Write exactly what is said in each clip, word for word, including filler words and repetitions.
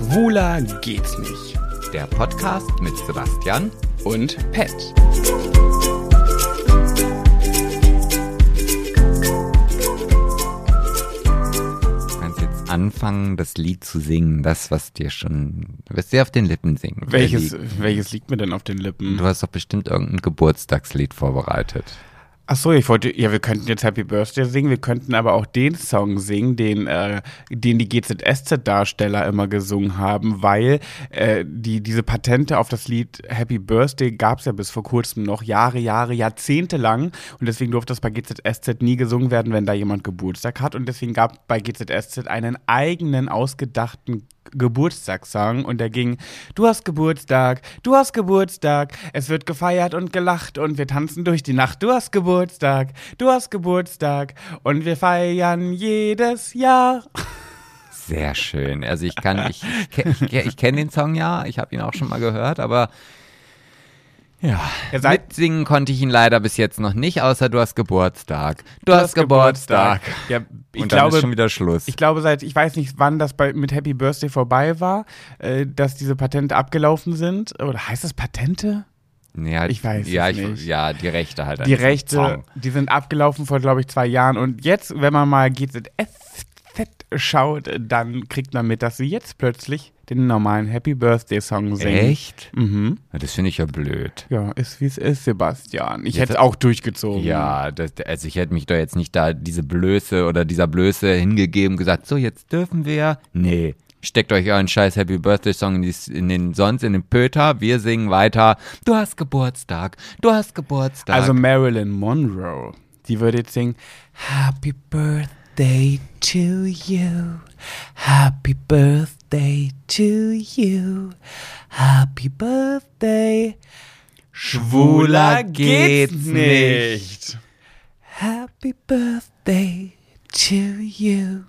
Schwuler geht's nicht. Der Podcast mit Sebastian Und Pet. Du kannst jetzt anfangen, das Lied zu singen, das, was dir schon, du wirst dir auf den Lippen singen. Welches, welches liegt mir denn auf den Lippen? Du hast doch bestimmt irgendein Geburtstagslied vorbereitet. Ach so, ich wollte, ja, wir könnten jetzt Happy Birthday singen, wir könnten aber auch den Song singen, den, äh, den die G Z S Z-Darsteller immer gesungen haben, weil äh, die, diese Patente auf das Lied Happy Birthday gab es ja bis vor kurzem noch, Jahre, Jahre, Jahrzehnte lang, und deswegen durfte das bei G Z S Z nie gesungen werden, wenn da jemand Geburtstag hat, und deswegen gab es bei G Z S Z einen eigenen, ausgedachten Geburtstagssong, und der ging: Du hast Geburtstag, du hast Geburtstag, es wird gefeiert und gelacht und wir tanzen durch die Nacht. Du hast Geburtstag, du hast Geburtstag und wir feiern jedes Jahr. Sehr schön. Also ich kann, ich, ich, ich kenne den Song ja, ich habe ihn auch schon mal gehört, aber ja, Ihr seid- mitsingen konnte ich ihn leider bis jetzt noch nicht, außer du hast Geburtstag. Du, hast Geburtstag. Ja, ich Und glaube, dann ist schon wieder Schluss. Ich glaube, seit, ich weiß nicht, wann das bei, mit Happy Birthday vorbei war, äh, dass diese Patente abgelaufen sind. Oder heißt das Patente? ja, ich weiß es ja, nicht. Ja, die Rechte halt. an Die diesem Rechte, Song. die sind abgelaufen vor, glaube ich, zwei Jahren. Und jetzt, wenn man mal G Z S Z schaut, dann kriegt man mit, dass sie jetzt plötzlich den normalen Happy Birthday Song singen. Echt? Mhm. Ja, das finde ich ja blöd. Ja, ist wie es ist, Sebastian. Ich Jetzt- hätte es auch durchgezogen. Ja, das, also ich hätte mich doch jetzt nicht da diese Blöße oder dieser Blöße hingegeben und gesagt, so, jetzt dürfen wir. Nee, steckt euch euren scheiß Happy Birthday Song in, die, in den, sonst in den Pöter, wir singen weiter. Du hast Geburtstag, du hast Geburtstag. Also Marilyn Monroe, die würde jetzt singen: Happy Birthday to you, Happy Birthday to you, Happy Birthday. Schwuler geht's nicht. Happy Birthday to you.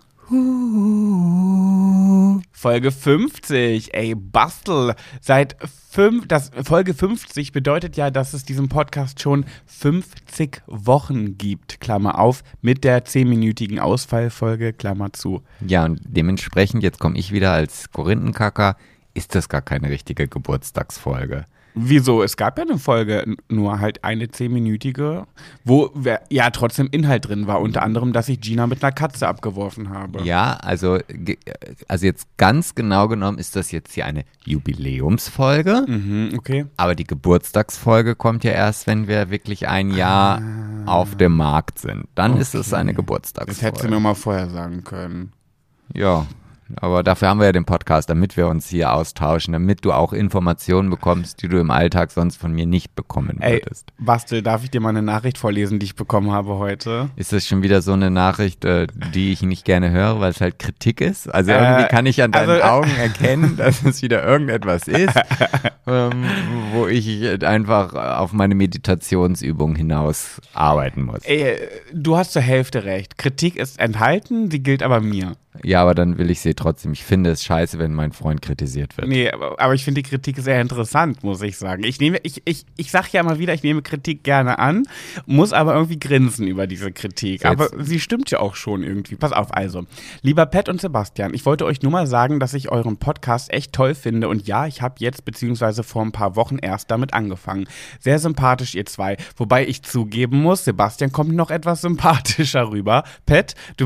Uh. Folge fünfzig, ey, Bastel. Seit fünf, das Folge fünfzig bedeutet ja, dass es diesen Podcast schon fünfzig Wochen gibt, Klammer auf, mit der zehnminütigen Ausfallfolge, Klammer zu. Ja, und dementsprechend, jetzt komme ich wieder als Korinthenkacker, ist das gar keine richtige Geburtstagsfolge. Wieso? Es gab ja eine Folge, n- nur halt eine zehnminütige, wo wer- ja trotzdem Inhalt drin war, unter anderem, dass ich Gina mit einer Katze abgeworfen habe. Ja, also, ge- also jetzt ganz genau genommen ist das jetzt hier eine Jubiläumsfolge. Mhm, okay. Aber die Geburtstagsfolge kommt ja erst, wenn wir wirklich ein Jahr auf dem Markt sind. Dann ist es eine Das hättest du Geburtstagsfolge. mir mal vorher sagen können. Ja, aber dafür haben wir ja den Podcast, damit wir uns hier austauschen, damit du auch Informationen bekommst, die du im Alltag sonst von mir nicht bekommen Ey, würdest. Bastel, darf ich dir mal eine Nachricht vorlesen, die ich bekommen habe heute? Ist das schon wieder so eine Nachricht, äh, die ich nicht gerne höre, weil es halt Kritik ist? Also irgendwie Äh, kann ich an deinen also- Augen erkennen, dass es wieder irgendetwas ist, ähm, wo ich einfach auf meine Meditationsübung hinaus arbeiten muss. Ey, du hast zur Hälfte recht. Kritik ist enthalten, sie gilt aber mir. Ja, aber dann will ich sie trotzdem. Ich finde es scheiße, wenn mein Freund kritisiert wird. Nee, aber, aber ich finde die Kritik sehr interessant, muss ich sagen. Ich nehme, ich, ich, ich sag ja immer wieder, ich nehme Kritik gerne an, muss aber irgendwie grinsen über diese Kritik. So, Aber jetzt- sie stimmt ja auch schon irgendwie. Pass auf, also. Lieber Pat und Sebastian, ich wollte euch nur mal sagen, dass ich euren Podcast echt toll finde. Und ja, ich habe jetzt, beziehungsweise vor ein paar Wochen erst damit angefangen. Sehr sympathisch, ihr zwei. Wobei ich zugeben muss, Sebastian kommt noch etwas sympathischer rüber. Pat, du...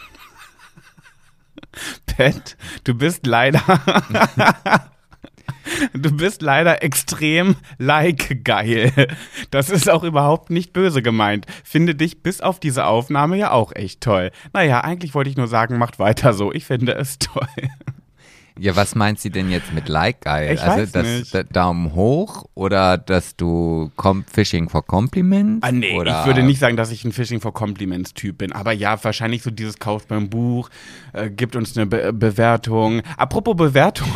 Pat, du bist leider... Du bist leider extrem like-geil. Das ist auch überhaupt nicht böse gemeint. Finde dich bis auf diese Aufnahme ja auch echt toll. Naja, eigentlich wollte ich nur sagen, macht weiter so. Ich finde es toll. Ja, was meint sie denn jetzt mit like geil? Ich also weiß das nicht. da- Daumen hoch oder dass du com Fishing for Compliments? Ah nee, oder ich würde nicht sagen, dass ich ein Fishing for Compliments Typ bin. Aber ja, wahrscheinlich so dieses kauft beim Buch, äh, gibt uns eine Be Bewertung. Apropos Bewertung.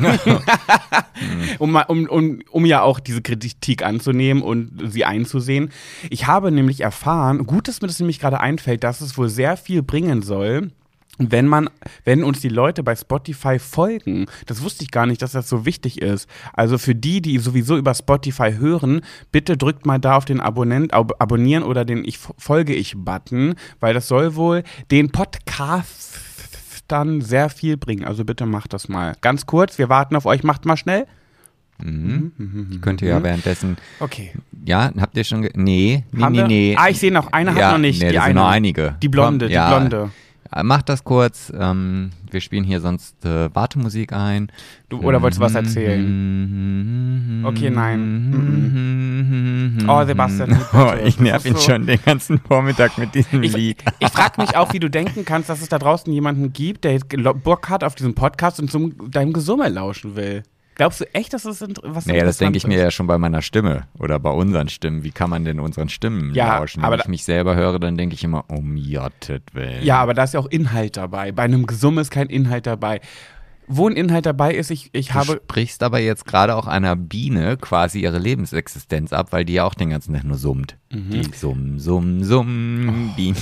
um, mal- um, um, um ja auch diese Kritik anzunehmen und sie einzusehen. Ich habe nämlich erfahren, gut, dass mir das nämlich gerade einfällt, dass es wohl sehr viel bringen soll, wenn man, wenn uns die Leute bei Spotify folgen. Das wusste ich gar nicht, dass das so wichtig ist. Also für die, die sowieso über Spotify hören, bitte drückt mal da auf den Abonnent, ab Abonnieren oder den Ich folge ich Button, weil das soll wohl den Podcast dann sehr viel bringen. Also bitte macht das mal. Ganz kurz, wir warten auf euch, macht mal schnell. Mhm. Ich könnte ja währenddessen. Okay. Ja, habt ihr schon. Ge- nee, nee, Haben nee, wir? nee. Ah, ich sehe noch, eine ja, hat noch nicht. Nee, die das eine. sind noch einige. Die Blonde, Komm, die ja, Blonde. Macht das kurz. Ähm, wir spielen hier sonst äh, Wartemusik ein. Du, oder wolltest du was erzählen? Okay, nein. Oh, Sebastian. Oh, ich nerv Das ihn ist so- schon den ganzen Vormittag mit diesem Ich, Lied. ich frage mich auch, wie du denken kannst, dass es da draußen jemanden gibt, der jetzt gelo- Bock hat auf diesen Podcast und zum, deinem Gesumme lauschen will. Glaubst du echt, dass es int- was Naja, das denke ich mir Interessantes ja schon bei meiner Stimme oder bei unseren Stimmen. Wie kann man denn unseren Stimmen Ja, lauschen? aber Wenn da- ich mich selber höre, dann denke ich immer, um Jottet Willen. Ja, aber da ist ja auch Inhalt dabei. Bei einem Gesumme ist kein Inhalt dabei. Wo ein Inhalt dabei ist, ich, ich Du habe... sprichst aber jetzt gerade auch einer Biene quasi ihre Lebensexistenz ab, weil die ja auch den ganzen Tag nur summt. Mhm. Die summ, summ, summ, Oh. Biene.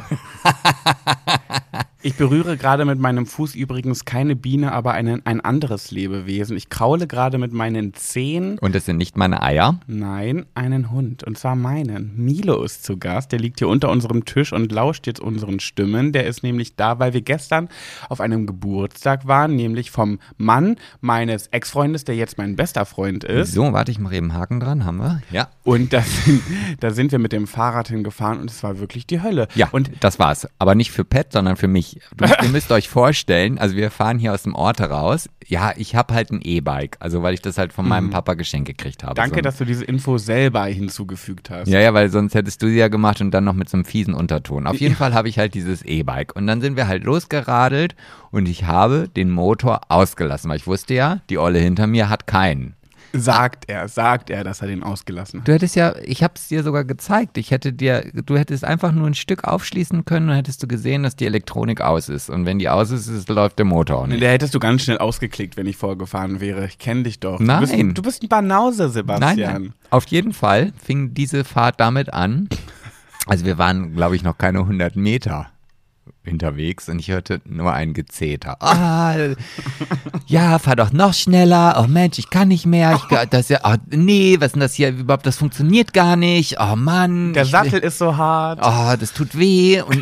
Ich berühre gerade mit meinem Fuß übrigens keine Biene, aber einen, ein anderes Lebewesen. Ich kraule gerade mit meinen Zehen, Und es sind nicht meine Eier. nein, einen Hund. Und zwar meinen. Milo ist zu Gast. Der liegt hier unter unserem Tisch und lauscht jetzt unseren Stimmen. Der ist nämlich da, weil wir gestern auf einem Geburtstag waren, nämlich vom Mann meines Ex-Freundes, der jetzt mein bester Freund ist. So, warte, ich mache eben einen Haken dran, haben wir? Ja. Und da sind, da sind wir mit dem Fahrrad hingefahren und es war wirklich die Hölle. Ja, Und und das war's. Aber nicht für Pat, sondern für mich. Du, ihr müsst euch vorstellen, also wir fahren hier aus dem Ort heraus. Ja, ich habe halt ein E-Bike, also weil ich das halt von meinem Papa geschenkt gekriegt habe. danke, so. dass du diese Info selber hinzugefügt hast. Ja, ja, weil sonst hättest du sie ja gemacht und dann noch mit so einem fiesen Unterton. Auf jeden Fall habe ich halt dieses E-Bike. Und dann sind wir halt losgeradelt und ich habe den Motor ausgelassen, weil ich wusste ja, die Olle hinter mir hat keinen. Sagt er, sagt er, dass er den ausgelassen hat. Du hättest ja, ich habe es dir sogar gezeigt. Ich hätte dir, du hättest einfach nur ein Stück aufschließen können und hättest du gesehen, dass die Elektronik aus ist. Und wenn die aus ist, ist läuft der Motor auch nicht. Der hättest du ganz schnell ausgeklickt, wenn ich vorgefahren wäre. Ich kenne dich doch. Nein. Du bist, ein- du bist ein Banause, Sebastian. Nein, nein. Auf jeden Fall fing diese Fahrt damit an. Also wir waren, glaube ich, noch keine hundert Meter unterwegs und ich hörte nur ein Gezeter. Ah, ja, fahr doch noch schneller. Oh Mensch, ich kann nicht mehr. Ich, das ist ja, oh, nee, was ist denn das hier überhaupt? Das funktioniert gar nicht. Oh Mann. Der ich, Sattel ist so hart. Oh, das tut weh. Und,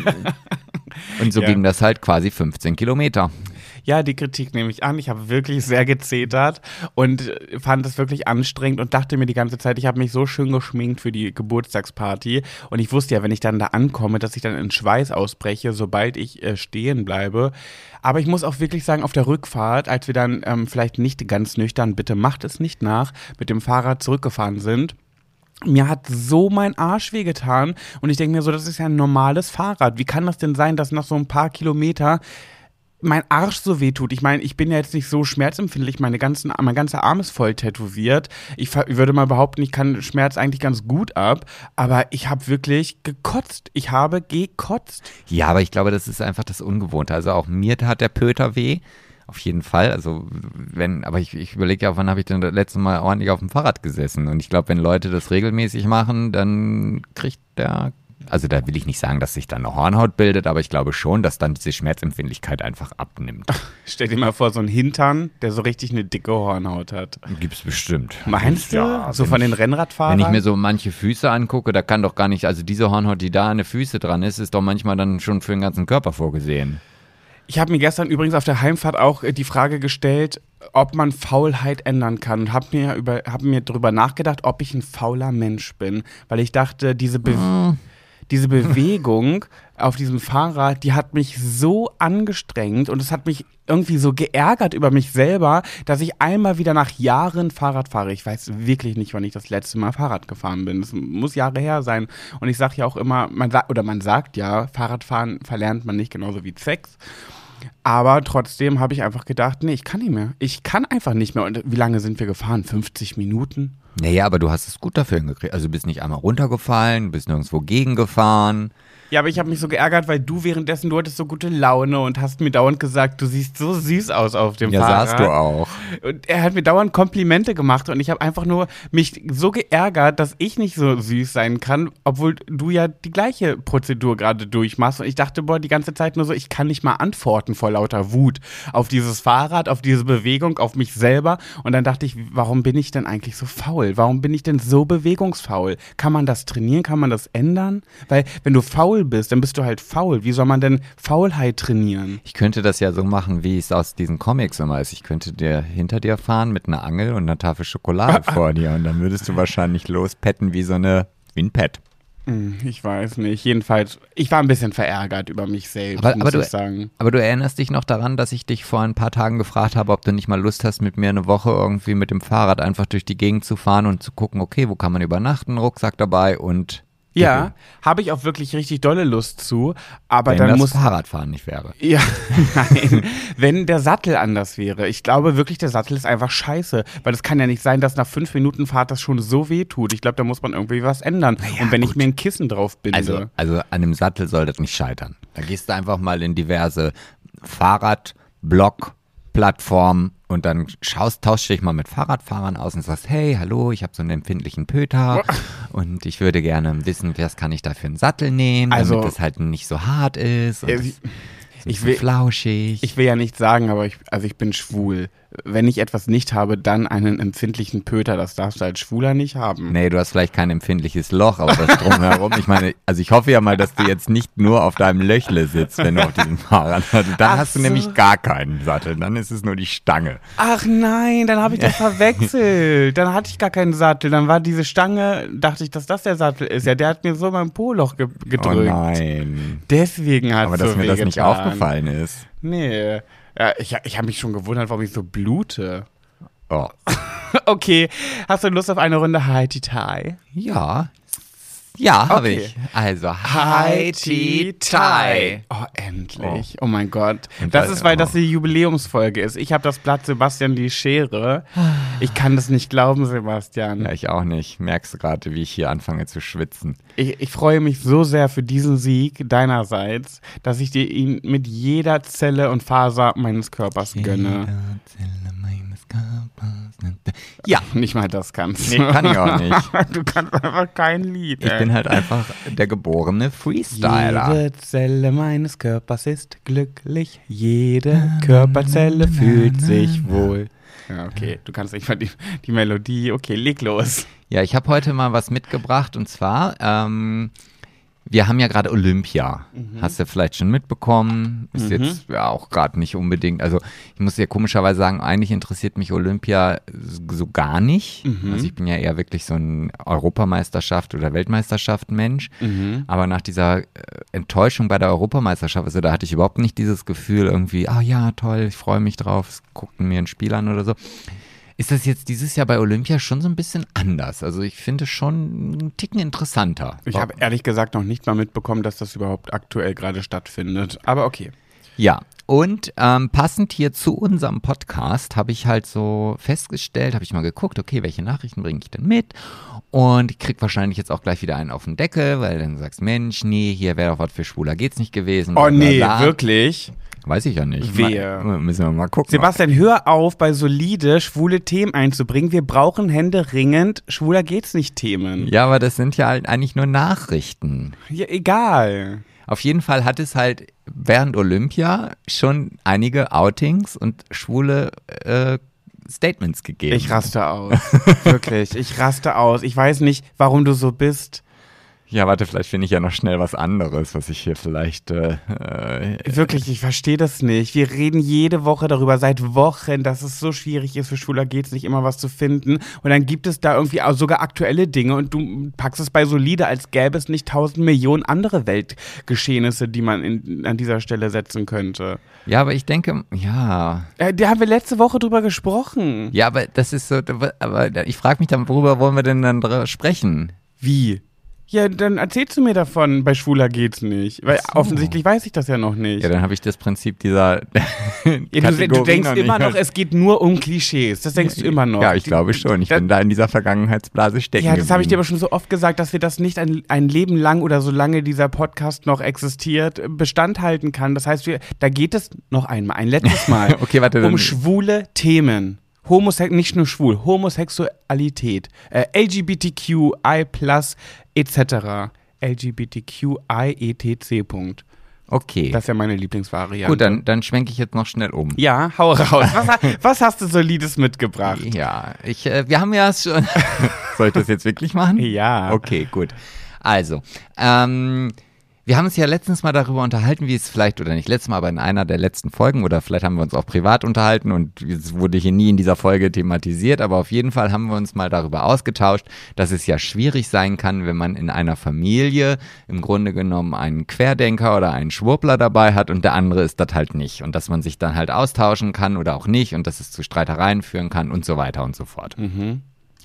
und so Ja. ging das halt quasi fünfzehn Kilometer. Ja, die Kritik nehme ich an. Ich habe wirklich sehr gezetert und äh, fand es wirklich anstrengend und dachte mir die ganze Zeit, ich habe mich so schön geschminkt für die Geburtstagsparty und ich wusste ja, wenn ich dann da ankomme, dass ich dann in Schweiß ausbreche, sobald ich äh, stehen bleibe. Aber ich muss auch wirklich sagen, auf der Rückfahrt, als wir dann ähm, vielleicht nicht ganz nüchtern, bitte macht es nicht nach, mit dem Fahrrad zurückgefahren sind, mir hat so mein Arsch wehgetan und ich denke mir so, das ist ja ein normales Fahrrad. Wie kann das denn sein, dass nach so ein paar Kilometer mein Arsch so weh tut? Ich meine, ich bin ja jetzt nicht so schmerzempfindlich, meine ganzen, mein ganzer Arm ist voll tätowiert. Ich ver- würde mal behaupten, ich kann Schmerz eigentlich ganz gut ab, aber ich habe wirklich gekotzt. Ich habe gekotzt. Ja, aber ich glaube, das ist einfach das Ungewohnte. Also auch mir tat der Pöter weh. Auf jeden Fall. Also wenn, aber ich, ich überlege ja, wann habe ich denn das letzte Mal ordentlich auf dem Fahrrad gesessen? Und ich glaube, wenn Leute das regelmäßig machen, dann kriegt der, also da will ich nicht sagen, dass sich dann eine Hornhaut bildet, aber ich glaube schon, dass dann diese Schmerzempfindlichkeit einfach abnimmt. Stell dir mal vor, so ein Hintern, der so richtig eine dicke Hornhaut hat. Gibt's bestimmt. Meinst du? Ja, so wenn von den ich- Rennradfahrern? Wenn ich mir so manche Füße angucke, da kann doch gar nicht, also diese Hornhaut, die da an den Füßen dran ist, ist doch manchmal dann schon für den ganzen Körper vorgesehen. Ich habe mir gestern übrigens auf der Heimfahrt auch äh, die Frage gestellt, ob man Faulheit ändern kann. Und habe mir, über, hab mir darüber nachgedacht, ob ich ein fauler Mensch bin. Weil ich dachte, diese, Be Mm. diese Bewegung auf diesem Fahrrad, die hat mich so angestrengt und es hat mich irgendwie so geärgert über mich selber, dass ich einmal wieder nach Jahren Fahrrad fahre. Ich weiß wirklich nicht, wann ich das letzte Mal Fahrrad gefahren bin. Das muss Jahre her sein. Und ich sage ja auch immer, man sagt, oder man sagt ja, Fahrradfahren verlernt man nicht genauso wie Sex. Aber trotzdem habe ich einfach gedacht, nee, ich kann nicht mehr. Ich kann einfach nicht mehr. Und wie lange sind wir gefahren? fünfzig Minuten? Naja, aber du hast es gut dafür hingekriegt. Also du bist nicht einmal runtergefallen, bist nirgendwo gegengefahren. Ja, aber ich habe mich so geärgert, weil du währenddessen, du hattest so gute Laune und hast mir dauernd gesagt, du siehst so süß aus auf dem Ja, Fahrrad. sahst du auch. Und er hat mir dauernd Komplimente gemacht und ich habe einfach nur mich so geärgert, dass ich nicht so süß sein kann, obwohl du ja die gleiche Prozedur gerade durchmachst. Und ich dachte, boah, die ganze Zeit nur so, ich kann nicht mal antworten vor lauter Wut auf dieses Fahrrad, auf diese Bewegung, auf mich selber. Und dann dachte ich, warum bin ich denn eigentlich so faul? faul? Warum bin ich denn so bewegungsfaul? Kann man das trainieren? Kann man das ändern? Weil wenn du faul bist, dann bist du halt faul. Wie soll man denn Faulheit trainieren? Ich könnte das ja so machen, wie es aus diesen Comics immer ist. Ich könnte dir hinter dir fahren mit einer Angel und einer Tafel Schokolade vor dir und dann würdest du wahrscheinlich lospetten wie so eine, wie ein Pet. Ich weiß nicht. Jedenfalls, ich war ein bisschen verärgert über mich selbst, aber, muss aber du, ich sagen. Aber du erinnerst dich noch daran, dass ich dich vor ein paar Tagen gefragt habe, ob du nicht mal Lust hast, mit mir eine Woche irgendwie mit dem Fahrrad einfach durch die Gegend zu fahren und zu gucken, okay, wo kann man übernachten, Rucksack dabei und... Ja, habe ich auch wirklich richtig dolle Lust zu, aber wenn dann das muss Fahrradfahren nicht wäre. Ja, nein, wenn der Sattel anders wäre. Ich glaube wirklich, der Sattel ist einfach scheiße, weil es kann ja nicht sein, dass nach fünf Minuten Fahrt das schon so weh tut. Ich glaube, da muss man irgendwie was ändern. Ja, und wenn gut. ich mir ein Kissen drauf binde. Also, also an dem Sattel soll das nicht scheitern. Da gehst du einfach mal in diverse Fahrrad, Blog, Plattformen und dann schaust, tauschst dich mal mit Fahrradfahrern aus und sagst, hey, hallo, ich habe so einen empfindlichen Pöter und ich würde gerne wissen, was kann ich da für einen Sattel nehmen, Also- damit es halt nicht so hart ist und Äh, es wie- ist ich nicht so will- flauschig. Ich will ja nicht sagen, aber ich, also ich bin schwul. Wenn ich etwas nicht habe, dann einen empfindlichen Pöter. Das darfst du als Schwuler nicht haben. Nee, du hast vielleicht kein empfindliches Loch, aber das drumherum. Ich meine, also ich hoffe ja mal, dass du jetzt nicht nur auf deinem Löchle sitzt, wenn du auf diesem Fahrrad hast. Dann Ach hast du so. nämlich gar keinen Sattel. Dann ist es nur die Stange. Ach nein, dann habe ich das verwechselt. Dann hatte ich gar keinen Sattel. Dann war diese Stange, dachte ich, dass das der Sattel ist. Ja, der hat mir so mein Po-Loch ge gedrückt. Oh nein. Deswegen hat Aber es dass so mir das nicht wehgetan. aufgefallen ist. Nee. Ja, ich ich habe mich schon gewundert, warum ich so blute. Oh. Okay, hast du Lust auf eine Runde Haiti Tai? Ja. Ja, habe Okay. ich. Also, Haiti Tai. Oh, endlich. Oh, mein Gott. Und Das da- ist, weil oh. das die Jubiläumsfolge ist. Ich habe das Blatt Sebastian die Schere. Ich kann das nicht glauben, Sebastian. Ja, ich auch nicht. Merkst du gerade, wie ich hier anfange zu schwitzen. Ich, ich freue mich so sehr für diesen Sieg deinerseits, dass ich dir ihn mit jeder Zelle und Faser meines Körpers gönne. Ja. Nicht mal das kannst Nee, kann ich auch nicht. Du kannst einfach kein Lied. Ich ey. bin halt einfach der geborene Freestyler. Jede Zelle meines Körpers ist glücklich. Jede Körperzelle fühlt sich wohl. Ja, okay. Du kannst nicht mal die, die Melodie. Okay, leg los. Ja, ich habe heute mal was mitgebracht und zwar, ähm, wir haben ja gerade Olympia. Hast du vielleicht schon mitbekommen? Ist Mhm. jetzt ja auch gerade nicht unbedingt. Also ich muss dir komischerweise sagen, eigentlich interessiert mich Olympia so gar nicht. Mhm. Also ich bin ja eher wirklich so ein Europameisterschaft oder Weltmeisterschaft-Mensch. Mhm. Aber nach dieser äh, Enttäuschung bei der Europameisterschaft, also da hatte ich überhaupt nicht dieses Gefühl irgendwie, ah ja, toll, ich freue mich drauf, es guckten mir ein Spiel an oder so. Ist das jetzt dieses Jahr bei Olympia schon so ein bisschen anders? Also ich finde es schon einen Ticken interessanter. Ich habe ehrlich gesagt noch nicht mal mitbekommen, dass das überhaupt aktuell gerade stattfindet. Aber okay. Ja, und ähm, passend hier zu unserem Podcast habe ich halt so festgestellt, habe ich mal geguckt, okay, welche Nachrichten bringe ich denn mit? Und ich krieg wahrscheinlich jetzt auch gleich wieder einen auf den Deckel, weil dann sagst, Mensch, nee, hier wäre doch was für Schwuler, geht's nicht gewesen. Oh bla, bla, nee, bla. wirklich? Weiß ich ja nicht. Wehe. Mal, müssen wir mal gucken. Sebastian, hör auf, bei solide, schwule Themen einzubringen. Wir brauchen händeringend schwuler geht's nicht Themen. Ja, aber das sind ja halt eigentlich nur Nachrichten. Ja, egal. Auf jeden Fall hat es halt während Olympia schon einige Outings und schwule äh, Statements gegeben. Ich raste aus. Wirklich, ich raste aus. Ich weiß nicht, warum du so bist. Ja, warte, vielleicht finde ich ja noch schnell was anderes, was ich hier vielleicht äh, äh, Wirklich, ich verstehe das nicht. Wir reden jede Woche darüber, seit Wochen, dass es so schwierig ist, für Schwuler geht's nicht immer was zu finden. Und dann gibt es da irgendwie auch sogar aktuelle Dinge und du packst es bei solide, als gäbe es nicht tausend Millionen andere Weltgeschehnisse, die man in, an dieser Stelle setzen könnte. Ja, aber ich denke, ja. Äh, da haben wir letzte Woche drüber gesprochen. Ja, aber das ist so, aber ich frage mich dann, worüber wollen wir denn dann drüber sprechen? Wie? Ja, dann erzählst du mir davon, bei Schwuler geht's nicht. Weil Ach so. offensichtlich weiß ich das ja noch nicht. Ja, dann habe ich das Prinzip dieser Ja, du, Kategorie du denkst noch immer nicht. noch, es geht nur um Klischees. Das denkst du immer noch. Ja, ich glaube schon. Ich Da- bin da in dieser Vergangenheitsblase stecken Ja, das habe ich dir geblieben. aber schon so oft gesagt, dass wir das nicht ein, ein Leben lang oder solange dieser Podcast noch existiert, Bestand halten kann. Das heißt, wir, da geht es noch einmal, ein letztes Mal, Okay, warte, um dann- schwule Themen. Homosex nicht nur schwul, Homosexualität, äh, L G B T Q I plus et cetera. L G B T Q I E T C. Punkt. Okay. Das ist ja meine Lieblingsvariante. Gut, dann, dann schwenke ich jetzt noch schnell um. Ja, hau raus. Was, was hast du Solides mitgebracht? Ja, ich, äh, wir haben ja schon... Soll ich das jetzt wirklich machen? Ja. Okay, gut. Also, ähm... wir haben uns ja letztens mal darüber unterhalten, wie es vielleicht, oder nicht letztes Mal, aber in einer der letzten Folgen, oder vielleicht haben wir uns auch privat unterhalten und es wurde hier nie in dieser Folge thematisiert, aber auf jeden Fall haben wir uns mal darüber ausgetauscht, dass es ja schwierig sein kann, wenn man in einer Familie im Grunde genommen einen Querdenker oder einen Schwurbler dabei hat und der andere ist das halt nicht und dass man sich dann halt austauschen kann oder auch nicht und dass es zu Streitereien führen kann und so weiter und so fort. Mhm.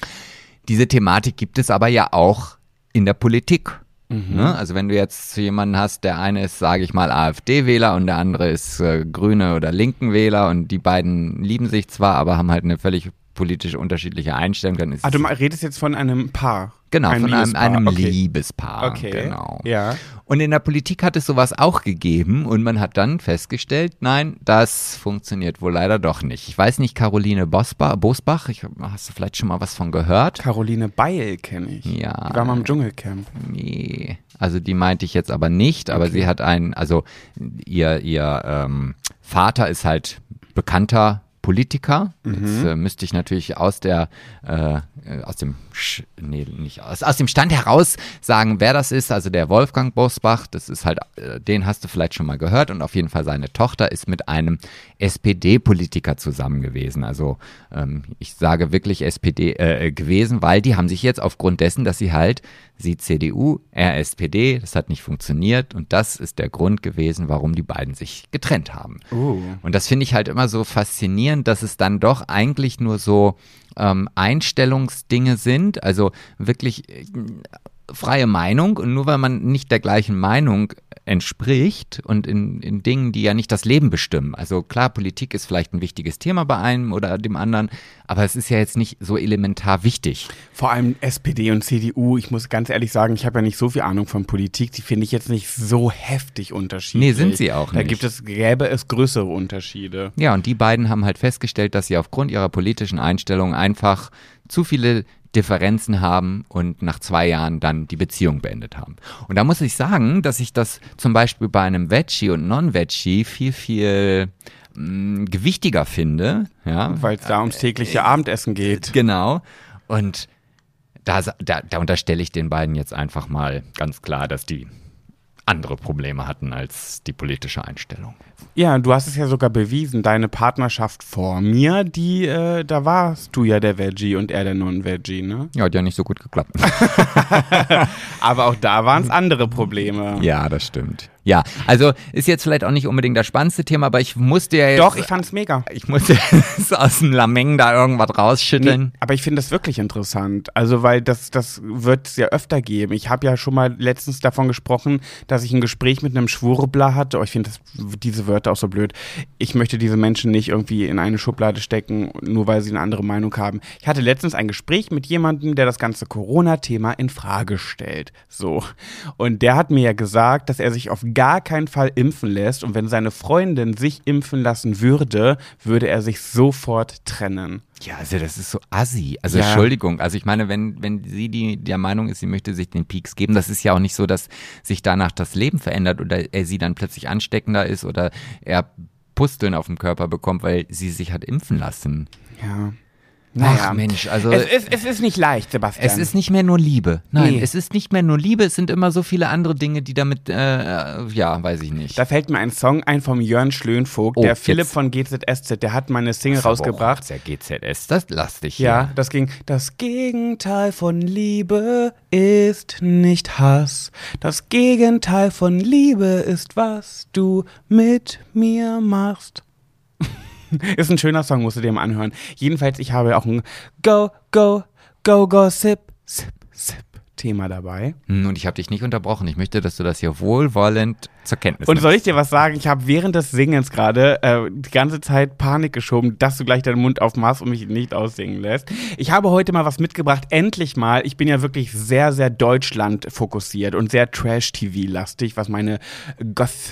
Diese Thematik gibt es aber ja auch in der Politik. Mhm. Ne? Also wenn du jetzt jemanden hast, der eine ist, sage ich mal, AfD-Wähler und der andere ist äh, Grüne oder Linken-Wähler und die beiden lieben sich zwar, aber haben halt eine völlig politisch unterschiedliche Einstellung, dann ist Ah, du redest jetzt von einem Paar? Genau, ein von einem, Liebespaar. einem Okay. Liebespaar. Okay, Genau. ja. Und in der Politik hat es sowas auch gegeben und man hat dann festgestellt, nein, das funktioniert wohl leider doch nicht. Ich weiß nicht, Caroline Bosbach, Bosbach, ich, hast du vielleicht schon mal was von gehört? Caroline Beil kenne ich. Ja. Die war mal im Dschungelcamp. Nee, also die meinte ich jetzt aber nicht, aber Okay. sie hat einen, also ihr, ihr ähm, Vater ist halt bekannter Politiker. Mhm. Jetzt äh, müsste ich natürlich aus der, äh, aus dem, Sch nee, nicht aus, aus dem Stand heraus sagen, wer das ist. Also der Wolfgang Bosbach, das ist halt, äh, den hast du vielleicht schon mal gehört und auf jeden Fall seine Tochter ist mit einem S P D-Politiker zusammen gewesen. Also ähm, ich sage wirklich S P D äh, gewesen, weil die haben sich jetzt aufgrund dessen, dass sie halt, sie C D U, er S P D, das hat nicht funktioniert und das ist der Grund gewesen, warum die beiden sich getrennt haben. Uh. Und das finde ich halt immer so faszinierend, dass es dann doch eigentlich nur so ähm, Einstellungsdinge sind, also wirklich äh, freie Meinung und nur weil man nicht der gleichen Meinung entspricht und in, in Dingen, die ja nicht das Leben bestimmen. Also klar, Politik ist vielleicht ein wichtiges Thema bei einem oder dem anderen, aber es ist ja jetzt nicht so elementar wichtig. Vor allem S P D und C D U, ich muss ganz ehrlich sagen, ich habe ja nicht so viel Ahnung von Politik, die finde ich jetzt nicht so heftig unterschiedlich. Nee, sind sie auch Da nicht. gibt es, gäbe es größere Unterschiede. Ja, und die beiden haben halt festgestellt, dass sie aufgrund ihrer politischen Einstellung einfach zu viele Differenzen haben und nach zwei Jahren dann die Beziehung beendet haben. Und da muss ich sagen, dass ich das zum Beispiel bei einem Veggie und Non-Veggie viel, viel mh, gewichtiger finde. Ja, Weil es da ums tägliche Abendessen geht. genau. Und da, da, da unterstelle ich den beiden jetzt einfach mal ganz klar, dass die andere Probleme hatten als die politische Einstellung. Ja, du hast es ja sogar bewiesen, deine Partnerschaft vor mir, die, äh, da warst du ja der Veggie und er der Non-Veggie, ne? Ja, hat ja nicht so gut geklappt. Aber auch da waren es andere Probleme. Ja, das stimmt. Ja, also ist jetzt vielleicht auch nicht unbedingt das spannendste Thema, aber ich musste ja jetzt... Doch, ich fand's mega. Ich musste jetzt aus dem Lameng da irgendwas rausschütteln. Nee, aber ich finde das wirklich interessant. Also, weil das, das wird es ja öfter geben. Ich habe ja schon mal letztens davon gesprochen, dass ich ein Gespräch mit einem Schwurbler hatte. Oh, ich finde diese Wörter auch so blöd. Ich möchte diese Menschen nicht irgendwie in eine Schublade stecken, nur weil sie eine andere Meinung haben. Ich hatte letztens ein Gespräch mit jemandem, der das ganze Corona-Thema in Frage stellt. So. Und der hat mir ja gesagt, dass er sich auf gar keinen Fall impfen lässt und wenn seine Freundin sich impfen lassen würde, würde er sich sofort trennen. Ja, also das ist so assi. Also Ja. Entschuldigung. Also ich meine, wenn, wenn sie die, der Meinung ist, sie möchte sich den Peaks geben, das ist ja auch nicht so, dass sich danach das Leben verändert oder er sie dann plötzlich ansteckender ist oder er Pusteln auf dem Körper bekommt, weil sie sich hat impfen lassen. Ja. Ach Mensch, also Es ist, es ist nicht leicht, Sebastian. es ist nicht mehr nur Liebe. Nein, Nee. es ist nicht mehr nur Liebe, es sind immer so viele andere Dinge, die damit, äh, ja, weiß ich nicht. Da fällt mir ein Song ein vom Jörn Schlönvogt, Oh, der Philipp jetzt. von G Z S Z, der hat meine Single rausgebracht. Der G Z S, das lass dich Ja, hier. das ging. Das Gegenteil von Liebe ist nicht Hass. Das Gegenteil von Liebe ist, was du mit mir machst. Ist ein schöner Song, musst du dir mal anhören. Jedenfalls, ich habe auch ein Go, Go, Go, Go, Sip, Sip, Sip Thema dabei. Hm, Und ich habe dich nicht unterbrochen. Ich möchte, dass du das hier wohlwollend zur Kenntnis Und nimmst. soll ich dir was sagen? Ich habe während des Singens gerade äh, die ganze Zeit Panik geschoben, dass du gleich deinen Mund aufmachst und mich nicht aussingen lässt. Ich habe heute mal was mitgebracht, endlich mal. Ich bin ja wirklich sehr, sehr Deutschland fokussiert und sehr Trash-T V-lastig, was meine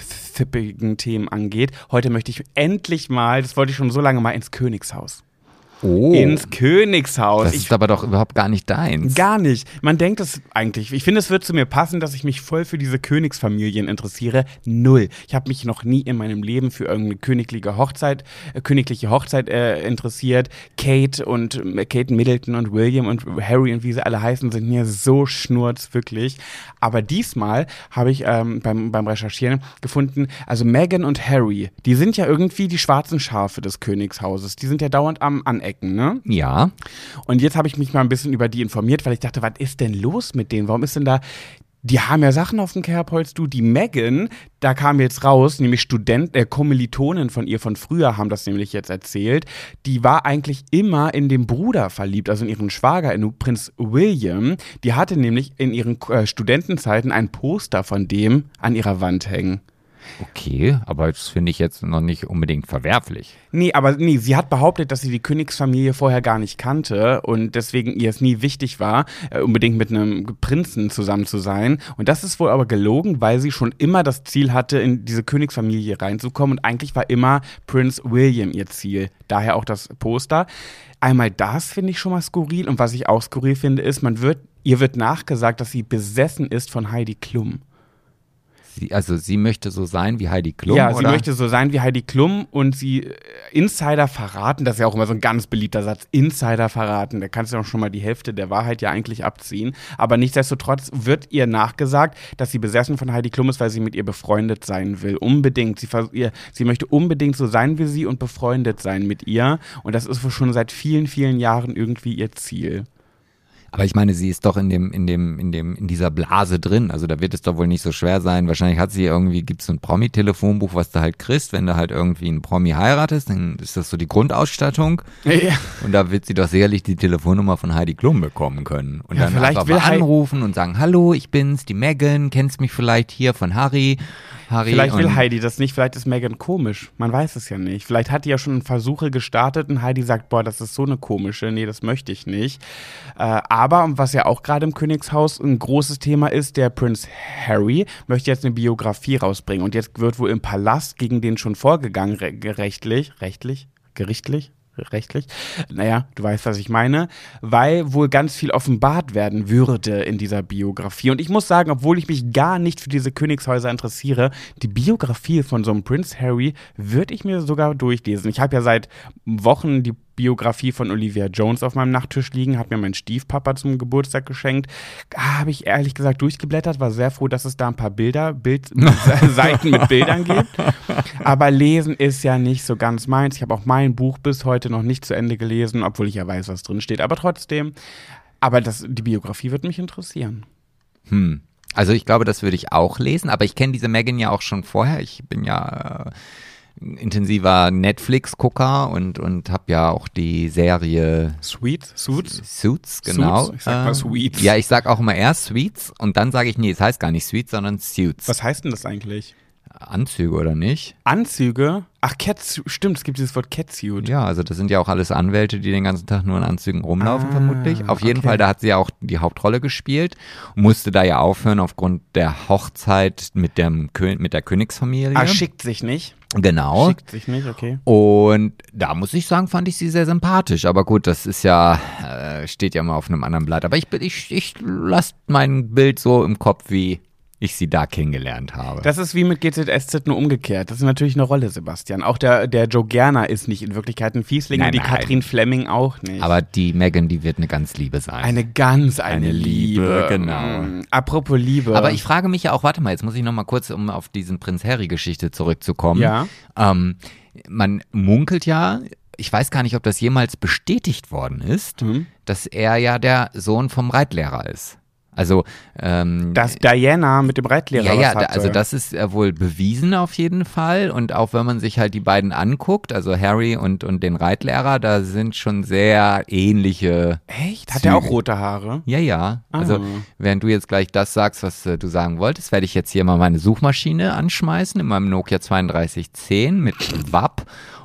gothipigen Themen angeht. Heute möchte ich endlich mal, das wollte ich schon so lange mal, ins Königshaus. Oh. ins Königshaus. Das Ich ist aber doch überhaupt gar nicht deins. Gar nicht. Man denkt es eigentlich. Ich finde, es wird zu mir passen, dass ich mich voll für diese Königsfamilien interessiere. Null. Ich habe mich noch nie in meinem Leben für irgendeine königliche Hochzeit, äh, königliche Hochzeit äh, interessiert. Kate und äh, Kate Middleton und William und Harry und wie sie alle heißen, sind mir so schnurz, wirklich. Aber diesmal habe ich ähm, beim, beim Recherchieren gefunden, also Meghan und Harry, die sind ja irgendwie die schwarzen Schafe des Königshauses. Die sind ja dauernd am Anecken. Ne? Ja. Und jetzt habe ich mich mal ein bisschen über die informiert, weil ich dachte, was ist denn los mit denen? Warum ist denn da, die haben ja Sachen auf dem Kerbholz, du, die Meghan, da kam jetzt raus, nämlich Studenten, äh, Kommilitonen von ihr von früher haben das nämlich jetzt erzählt, die war eigentlich immer in den Bruder verliebt, also in ihren Schwager, in Prinz William. Die hatte nämlich in ihren äh, Studentenzeiten ein Poster von dem an ihrer Wand hängen. Okay, aber das finde ich jetzt noch nicht unbedingt verwerflich. Nee, aber nee, sie hat behauptet, dass sie die Königsfamilie vorher gar nicht kannte und deswegen ihr es nie wichtig war, äh, unbedingt mit einem Prinzen zusammen zu sein. Und das ist wohl aber gelogen, weil sie schon immer das Ziel hatte, in diese Königsfamilie reinzukommen und eigentlich war immer Prinz William ihr Ziel. Daher auch das Poster. Einmal das finde ich schon mal skurril und was ich auch skurril finde, ist, man wird, ihr wird nachgesagt, dass sie besessen ist von Heidi Klum. Sie, also sie möchte so sein wie Heidi Klum, Ja, oder? sie möchte so sein wie Heidi Klum und sie äh, Insider verraten, das ist ja auch immer so ein ganz beliebter Satz, Insider verraten, da kannst du auch schon mal die Hälfte der Wahrheit ja eigentlich abziehen, aber nichtsdestotrotz wird ihr nachgesagt, dass sie besessen von Heidi Klum ist, weil sie mit ihr befreundet sein will, unbedingt, sie, ihr, sie möchte unbedingt so sein wie sie und befreundet sein mit ihr und das ist schon seit vielen, vielen Jahren irgendwie ihr Ziel. Aber ich meine, sie ist doch in dem, in dem, in dem, in dieser Blase drin. Also da wird es doch wohl nicht so schwer sein. Wahrscheinlich hat sie irgendwie, gibt es so ein Promi-Telefonbuch, was du halt kriegst, wenn du halt irgendwie einen Promi heiratest, dann ist das so die Grundausstattung. Ja. Und da wird sie doch sicherlich die Telefonnummer von Heidi Klum bekommen können. Und Ja, dann vielleicht einfach will mal Hei- anrufen und sagen, hallo, ich bin's, die Meghan, kennst mich vielleicht hier von Harry. Harry Vielleicht will und Heidi das nicht, vielleicht ist Meghan komisch. Man weiß es ja nicht. Vielleicht hat die ja schon Versuche gestartet und Heidi sagt, boah, das ist so eine komische, nee, das möchte ich nicht. Äh, aber, was ja auch gerade im Königshaus ein großes Thema ist, der Prinz Harry möchte jetzt eine Biografie rausbringen. Und jetzt wird wohl im Palast gegen den schon vorgegangen, re- rechtlich, rechtlich, gerichtlich? rechtlich, naja, du weißt, was ich meine, weil wohl ganz viel offenbart werden würde in dieser Biografie. Und ich muss sagen, obwohl ich mich gar nicht für diese Königshäuser interessiere, die Biografie von so einem Prinz Harry würde ich mir sogar durchlesen. Ich habe ja seit Wochen die Biografie von Olivia Jones auf meinem Nachttisch liegen, hat mir mein Stiefpapa zum Geburtstag geschenkt. Habe ich ehrlich gesagt durchgeblättert, war sehr froh, dass es da ein paar Bilder, Bild, Seiten mit Bildern gibt. Aber lesen ist ja nicht so ganz meins. Ich habe auch mein Buch bis heute noch nicht zu Ende gelesen, obwohl ich ja weiß, was drin steht. Aber trotzdem, aber das, die Biografie wird mich interessieren. Hm. Also ich glaube, das würde ich auch lesen, aber ich kenne diese Meghan ja auch schon vorher. Ich bin ja äh, intensiver Netflix-Gucker und, und habe ja auch die Serie Sweet? Suits? Suits, genau. Suits? Ich sag mal Sweets. Ja, ich sag auch immer erst Suits und dann sage ich, nee, es heißt gar nicht Suits, sondern Suits. Was heißt denn das eigentlich? Anzüge, oder nicht? Anzüge? Ach, Cat, stimmt, es gibt dieses Wort Catsuit. Ja, also das sind ja auch alles Anwälte, die den ganzen Tag nur in Anzügen rumlaufen, Ah, vermutlich. Auf jeden okay. Fall, da hat sie ja auch die Hauptrolle gespielt, musste da ja aufhören aufgrund der Hochzeit mit, dem, Kö- mit der Königsfamilie. Ah, schickt sich nicht. Genau. Schickt sich nicht, okay. Und da muss ich sagen, fand ich sie sehr sympathisch. Aber gut, das ist ja, äh, steht ja mal auf einem anderen Blatt. Aber ich, bin- ich, ich lasse mein Bild so im Kopf, wie ich sie da kennengelernt habe. Das ist wie mit G Z S Z nur umgekehrt. Das ist natürlich eine Rolle, Sebastian. Auch der, der Joe Gerner ist nicht in Wirklichkeit ein Fiesling Nein, und die nein. Katrin Fleming auch nicht. Aber die Meghan, die wird eine ganz Liebe sein. eine ganz, eine, Eine Liebe, Liebe. genau. Mm, Apropos Liebe. Aber ich frage mich ja auch, warte mal, jetzt muss ich noch mal kurz, um auf diesen Prinz Harry-Geschichte zurückzukommen. Ja. Ähm, man munkelt ja, ich weiß gar nicht, ob das jemals bestätigt worden ist, Mhm. dass er ja der Sohn vom Reitlehrer ist. Also, ähm, Dass Diana mit dem Reitlehrer ja, ja, was da, hatte. also das ist äh, wohl bewiesen auf jeden Fall. Und auch wenn man sich halt die beiden anguckt, also Harry und, und den Reitlehrer, da sind schon sehr ähnliche. Echt? Hat Züge. er auch rote Haare? Ja, ja. Also, Ah. während du jetzt gleich das sagst, was äh, du sagen wolltest, werde ich jetzt hier mal meine Suchmaschine anschmeißen in meinem Nokia zweiunddreißig zehn mit W A P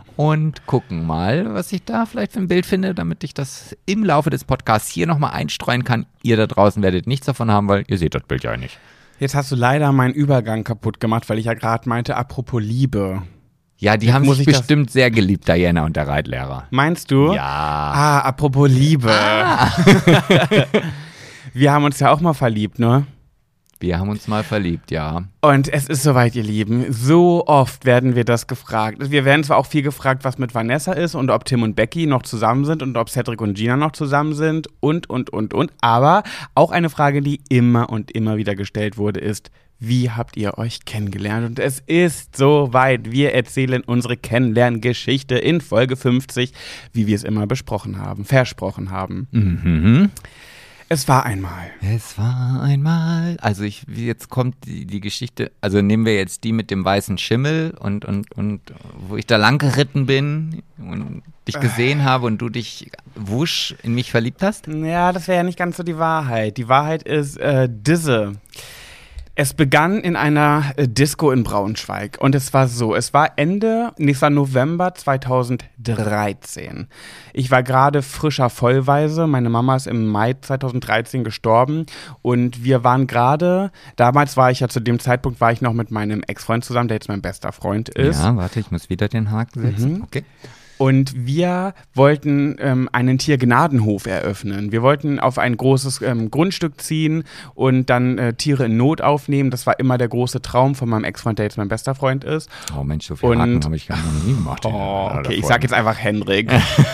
und gucken mal, was ich da vielleicht für ein Bild finde, damit ich das im Laufe des Podcasts hier nochmal einstreuen kann. Ihr da draußen werdet nichts davon haben, weil ihr seht das Bild ja nicht. Jetzt hast du leider meinen Übergang kaputt gemacht, weil ich ja gerade meinte, apropos Liebe. Ja, die haben Muss sich ich das- bestimmt sehr geliebt, Diana und der Reitlehrer. Meinst du? Ja. Ah, apropos Liebe. Wir haben uns ja auch mal verliebt, ne? Wir haben uns mal verliebt, ja. Und es ist soweit, ihr Lieben. So oft werden wir das gefragt. Wir werden zwar auch viel gefragt, was mit Vanessa ist und ob Tim und Becky noch zusammen sind und ob Cedric und Gina noch zusammen sind und, und, und, und. Aber auch eine Frage, die immer und immer wieder gestellt wurde, ist, wie habt ihr euch kennengelernt? Und es ist soweit. Wir erzählen unsere Kennenlerngeschichte in Folge fünfzig, wie wir es immer besprochen haben, versprochen haben. Mhm. Es war einmal. Es war einmal, also ich, jetzt kommt die, die Geschichte, also nehmen wir jetzt die mit dem weißen Schimmel und, und, und wo ich da lang geritten bin und dich gesehen habe und du dich wusch in mich verliebt hast? Ja, das wäre ja nicht ganz so die Wahrheit. Die Wahrheit ist äh, diese. Es begann in einer äh, Disco in Braunschweig und es war so, es war Ende, nee, es war November zweitausenddreizehn. Ich war gerade frischer Vollweise, meine Mama ist im Mai zweitausenddreizehn gestorben und wir waren gerade, damals war ich ja zu dem Zeitpunkt, war ich noch mit meinem Ex-Freund zusammen, der jetzt mein bester Freund ist. Ja, warte, ich muss wieder den Haken setzen. Mhm. Okay. Und wir wollten ähm, einen Tiergnadenhof eröffnen. Wir wollten auf ein großes ähm, Grundstück ziehen und dann äh, Tiere in Not aufnehmen. Das war immer der große Traum von meinem Ex-Freund, der jetzt mein bester Freund ist. Oh Mensch, so viel Und- Haken habe ich gar noch nie gemacht. Oh, okay, ich sag jetzt einfach Henrik.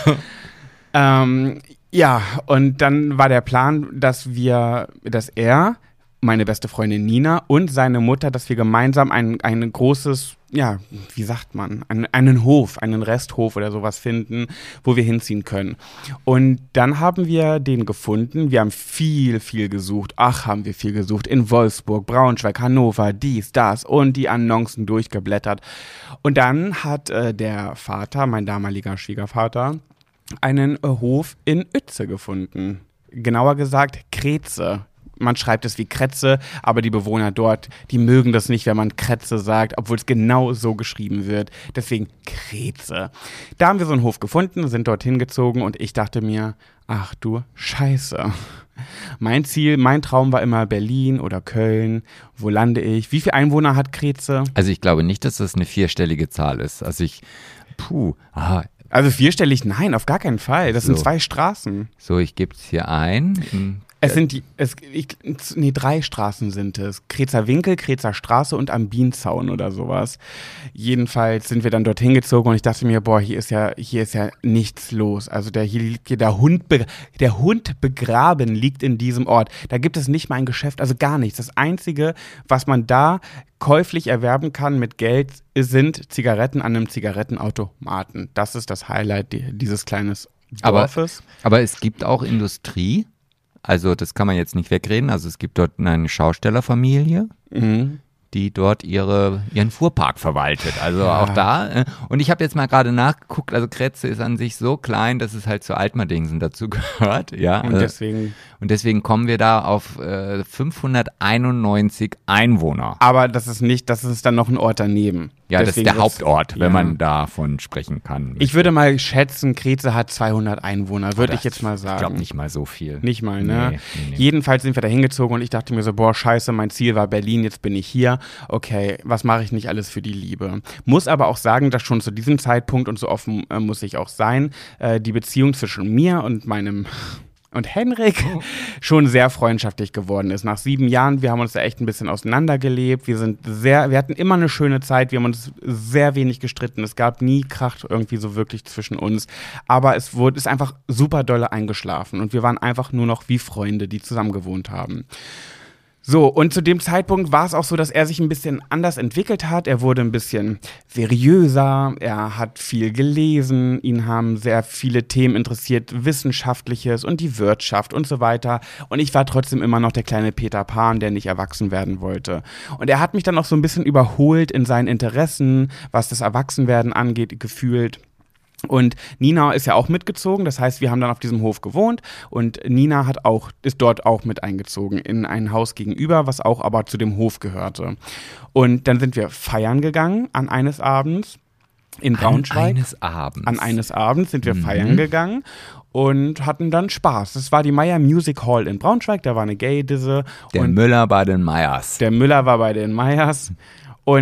ähm, ja, und dann war der Plan, dass wir, dass er, meine beste Freundin Nina und seine Mutter, dass wir gemeinsam ein, ein großes, ja, wie sagt man, einen, einen Hof, einen Resthof oder sowas finden, wo wir hinziehen können. Und dann haben wir den gefunden. Wir haben viel, viel gesucht. Ach, haben wir viel gesucht. In Wolfsburg, Braunschweig, Hannover, dies, das und die Annoncen durchgeblättert. Und dann hat äh, der Vater, mein damaliger Schwiegervater, einen äh, Hof in Uetze gefunden. Genauer gesagt, Kreze. Man schreibt es wie Kretze, aber die Bewohner dort, die mögen das nicht, wenn man Kretze sagt, obwohl es genau so geschrieben wird. Deswegen Kreze. Da haben wir so einen Hof gefunden, sind dorthin gezogen und ich dachte mir, ach du Scheiße. Mein Ziel, mein Traum war immer Berlin oder Köln. Wo lande ich? Wie viele Einwohner hat Kreze? Also ich glaube nicht, dass das eine vierstellige Zahl ist. Also ich, puh, aha, Also vierstellig, nein, auf gar keinen Fall. Das sind So. zwei Straßen. so, ich gebe es hier ein. In- Es sind die, es, ich, nee, drei Straßen sind es. Krezer Winkel, Krezer Straße und am Bienzaun oder sowas. Jedenfalls sind wir dann dorthin gezogen und ich dachte mir, boah, hier ist ja, hier ist ja nichts los. Also der, hier liegt hier der Hund, be, der Hund begraben liegt in diesem Ort. Da gibt es nicht mal ein Geschäft, also gar nichts. Das Einzige, was man da käuflich erwerben kann mit Geld, sind Zigaretten an einem Zigarettenautomaten. Das ist das Highlight die, dieses kleinen Aber- Dorfes. Aber es gibt auch Industrie. Also das kann man jetzt nicht wegreden. Also es gibt dort eine Schaustellerfamilie, Mhm. die dort ihre, ihren Fuhrpark verwaltet. Also Ja. auch da. äh, Und ich habe jetzt mal gerade nachgeguckt, also Kretze ist an sich so klein, dass es halt zu Altmardingsen dazu gehört. Ja, Und äh, deswegen. und deswegen kommen wir da auf äh, fünfhunderteinundneunzig Einwohner. Aber das ist nicht, das ist dann noch ein Ort daneben. Ja, das Deswegen ist der wird's- Hauptort, wenn ja. man davon sprechen kann. Ich würde mal schätzen, Kreze hat zweihundert Einwohner, würde Das- ich jetzt mal sagen. Ich glaube nicht mal so viel. Nicht mal, ne? Nee, nee, nee. Jedenfalls sind wir da hingezogen und ich dachte mir so, boah, scheiße, mein Ziel war Berlin, jetzt bin ich hier. Okay, was mache ich nicht alles für die Liebe? Muss aber auch sagen, dass schon zu diesem Zeitpunkt, und so offen äh, muss ich auch sein, äh, die Beziehung zwischen mir und meinem und Henrik schon sehr freundschaftlich geworden ist. Nach sieben Jahren, wir haben uns da echt ein bisschen auseinandergelebt. Wir sind sehr, wir hatten immer eine schöne Zeit. Wir haben uns sehr wenig gestritten. Es gab nie Krach irgendwie so wirklich zwischen uns. Aber es wurde, ist einfach super dolle eingeschlafen. Und wir waren einfach nur noch wie Freunde, die zusammen gewohnt haben. So, und zu dem Zeitpunkt war es auch so, dass er sich ein bisschen anders entwickelt hat. Er wurde ein bisschen seriöser, er hat viel gelesen, ihn haben sehr viele Themen interessiert, Wissenschaftliches und die Wirtschaft und so weiter. Und ich war trotzdem immer noch der kleine Peter Pan, der nicht erwachsen werden wollte. Und er hat mich dann auch so ein bisschen überholt in seinen Interessen, was das Erwachsenwerden angeht, gefühlt. Und Nina ist ja auch mitgezogen, das heißt, wir haben dann auf diesem Hof gewohnt und Nina hat auch, ist dort auch mit eingezogen in ein Haus gegenüber, was auch aber zu dem Hof gehörte. Und dann sind wir feiern gegangen an eines Abends in Braunschweig. An eines Abends. An eines Abends sind wir Mhm. feiern gegangen und hatten dann Spaß. Das war die Meyer Music Hall in Braunschweig, da war eine Gay-Disse. Der und Müller bei den Meyers. der Müller war bei den Meyers und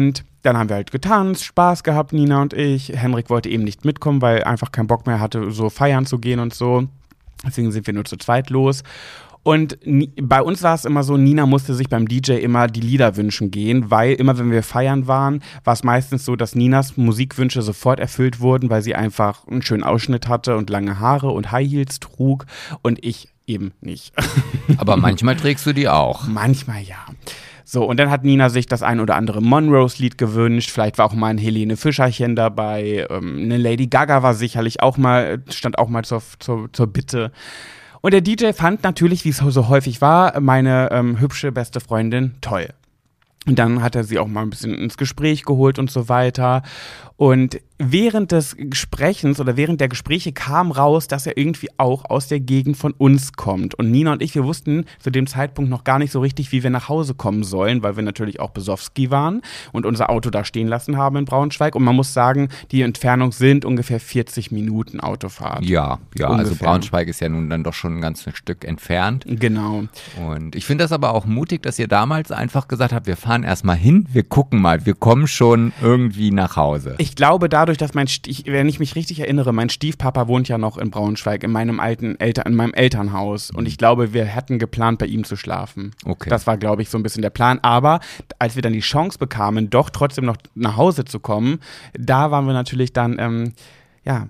dann haben wir halt getanzt, Spaß gehabt, Nina und ich. Henrik wollte eben nicht mitkommen, weil er einfach keinen Bock mehr hatte, so feiern zu gehen und so. Deswegen sind wir nur zu zweit los. Und ni- bei uns war es immer so, Nina musste sich beim D J immer die Lieder wünschen gehen, weil immer wenn wir feiern waren, war es meistens so, dass Ninas Musikwünsche sofort erfüllt wurden, weil sie einfach einen schönen Ausschnitt hatte und lange Haare und High Heels trug und ich eben nicht. Aber manchmal trägst du die auch. Manchmal ja. So, und dann hat Nina sich das ein oder andere Monrose-Lied gewünscht. Vielleicht war auch mal ein Helene Fischerchen dabei. Ähm, eine Lady Gaga war sicherlich auch mal, stand auch mal zur, zur, zur Bitte. Und der D J fand natürlich, wie es so häufig war, meine ähm, hübsche beste Freundin toll. Und dann hat er sie auch mal ein bisschen ins Gespräch geholt und so weiter. Und während des Sprechens oder während der Gespräche kam raus, dass er irgendwie auch aus der Gegend von uns kommt. Und Nina und ich, wir wussten zu dem Zeitpunkt noch gar nicht so richtig, wie wir nach Hause kommen sollen, weil wir natürlich auch Besowski waren und unser Auto da stehen lassen haben in Braunschweig. Und man muss sagen, die Entfernung sind ungefähr vierzig Minuten Autofahrt. Ja, ja, also Ungefähr. Braunschweig ist ja nun dann doch schon ein ganzes Stück entfernt. Genau. Und ich finde das aber auch mutig, dass ihr damals einfach gesagt habt, wir fahren erstmal hin, wir gucken mal, wir kommen schon irgendwie nach Hause. Ich glaube dadurch, dass mein, Sti- wenn ich mich richtig erinnere, mein Stiefpapa wohnt ja noch in Braunschweig, in meinem alten Eltern, in meinem Elternhaus. Und ich glaube, wir hätten geplant, bei ihm zu schlafen. Okay. Das war, glaube ich, so ein bisschen der Plan. Aber als wir dann die Chance bekamen, doch trotzdem noch nach Hause zu kommen, da waren wir natürlich dann, ähm, ja,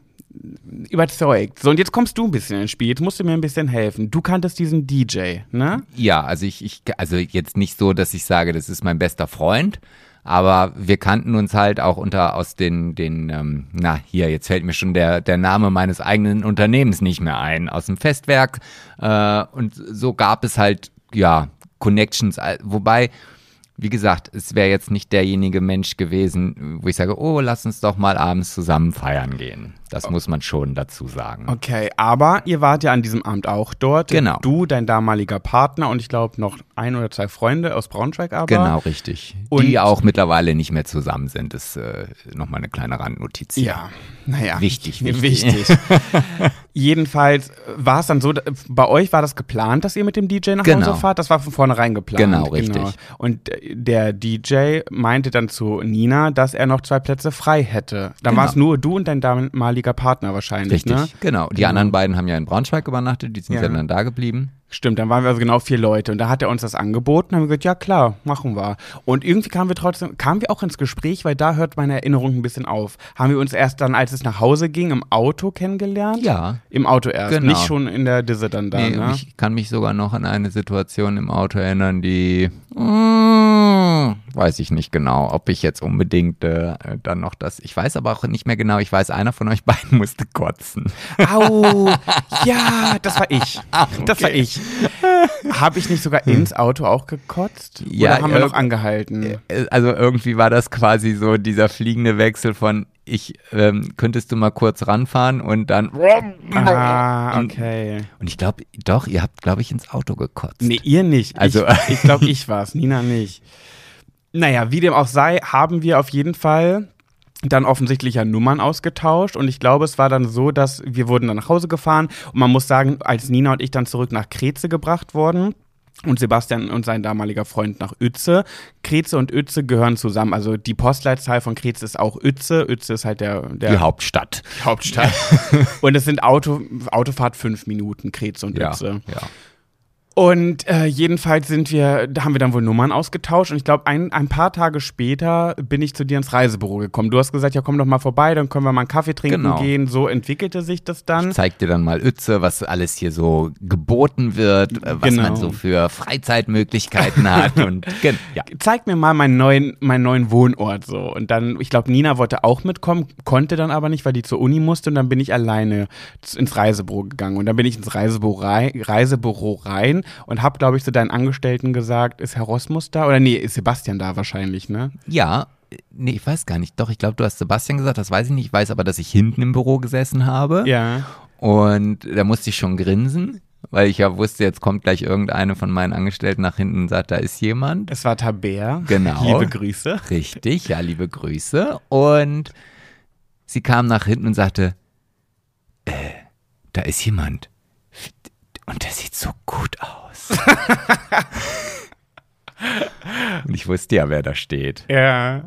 überzeugt. So, und jetzt kommst du ein bisschen ins Spiel. Jetzt musst du mir ein bisschen helfen. Du kanntest diesen D J, ne? Ja, also ich, ich, also jetzt nicht so, dass ich sage, das ist mein bester Freund, aber wir kannten uns halt auch unter aus den, den, ähm, na hier, jetzt fällt mir schon der, der Name meines eigenen Unternehmens nicht mehr ein, aus dem Festwerk, äh, und so gab es halt, ja, Connections, äh, wobei, wie gesagt, es wäre jetzt nicht derjenige Mensch gewesen, wo ich sage, oh, lass uns doch mal abends zusammen feiern gehen. Das muss man schon dazu sagen. Okay, aber ihr wart ja an diesem Abend auch dort. Genau. Du, dein damaliger Partner und ich glaube noch ein oder zwei Freunde aus Braunschweig aber. Genau, richtig. Und- die auch mittlerweile nicht mehr zusammen sind. Das ist äh, nochmal eine kleine Randnotiz. hier. Ja, naja. Wichtig, wichtig. Wichtig. Jedenfalls war es dann so, bei euch war das geplant, dass ihr mit dem D J nach Genau. Hause fahrt? Das war von vornherein geplant. Genau, richtig. Und der D J meinte dann zu Nina, dass er noch zwei Plätze frei hätte. Dann Genau. war es nur du und dein damaliger Partner wahrscheinlich, Richtig, ne? genau. Die Genau. anderen beiden haben ja in Braunschweig übernachtet, die sind Ja. ja dann da geblieben. Stimmt, dann waren wir also genau vier Leute und da hat er uns das angeboten, haben wir gesagt, ja klar, machen wir. Und irgendwie kamen wir trotzdem, kamen wir auch ins Gespräch, weil da hört meine Erinnerung ein bisschen auf. Haben wir uns erst dann, als es nach Hause ging, im Auto kennengelernt? Ja. Im Auto erst, Genau. nicht schon in der Disse dann da, Nee, ne? ich kann mich sogar noch an eine Situation im Auto erinnern, die, mm, weiß ich nicht genau, ob ich jetzt unbedingt äh, dann noch das, ich weiß aber auch nicht mehr genau, ich weiß, einer von euch beiden musste kotzen. Au, ja, das war ich. Das war ich. Habe ich nicht sogar ins Auto auch gekotzt? Ja, Oder haben wir irg- noch angehalten? Äh, Also irgendwie war das quasi so dieser fliegende Wechsel von, ich, ähm, könntest du mal kurz ranfahren und dann, Ah, und, okay. und ich glaube, doch, ihr habt, glaube ich, ins Auto gekotzt. Nee, ihr nicht. Also- ich ich glaube, ich war's, Nina nicht. Naja, wie dem auch sei, haben wir auf jeden Fall dann offensichtlich ja Nummern ausgetauscht und ich glaube, es war dann so, dass wir wurden dann nach Hause gefahren und man muss sagen, als Nina und ich dann zurück nach Kreze gebracht wurden und Sebastian und sein damaliger Freund nach Uetze. Kreze und Uetze gehören zusammen, also die Postleitzahl von Kreze ist auch Uetze, Uetze ist halt der, der Die Hauptstadt. Hauptstadt und es sind Auto, Autofahrt fünf Minuten, Kreze und Ja, Uetze. ja. Und äh, jedenfalls sind wir, da haben wir dann wohl Nummern ausgetauscht und ich glaube, ein, ein paar Tage später bin ich zu dir ins Reisebüro gekommen. Du hast gesagt, ja komm doch mal vorbei, dann können wir mal einen Kaffee trinken Genau. gehen. So entwickelte sich das dann. Ich zeig dir dann mal Uetze, was alles hier so geboten wird, äh, was Genau. man so für Freizeitmöglichkeiten hat und gen- ja. Zeig mir mal meinen neuen, meinen neuen Wohnort so. Und dann, ich glaube, Nina wollte auch mitkommen, konnte dann aber nicht, weil die zur Uni musste und dann bin ich alleine z- ins Reisebüro gegangen. Und dann bin ich ins Reisebüro rein, Reisebüro rein und habe, glaube ich, zu deinen Angestellten gesagt, ist Herr Rosmus da? Oder nee, ist Sebastian da wahrscheinlich, ne? Ja, äh, nee, ich weiß gar nicht. Doch, ich glaube, du hast Sebastian gesagt, das weiß ich nicht. Ich weiß aber, dass ich hinten im Büro gesessen habe. Ja. Und da musste ich schon grinsen, weil ich ja wusste, jetzt kommt gleich irgendeine von meinen Angestellten nach hinten und sagt, da ist jemand. Es war Taber. Genau. Liebe Grüße. Richtig, ja, liebe Grüße. Und sie kam nach hinten und sagte, äh, da ist jemand. Und der sieht so gut aus. Und ich wusste ja, wer da steht. Ja.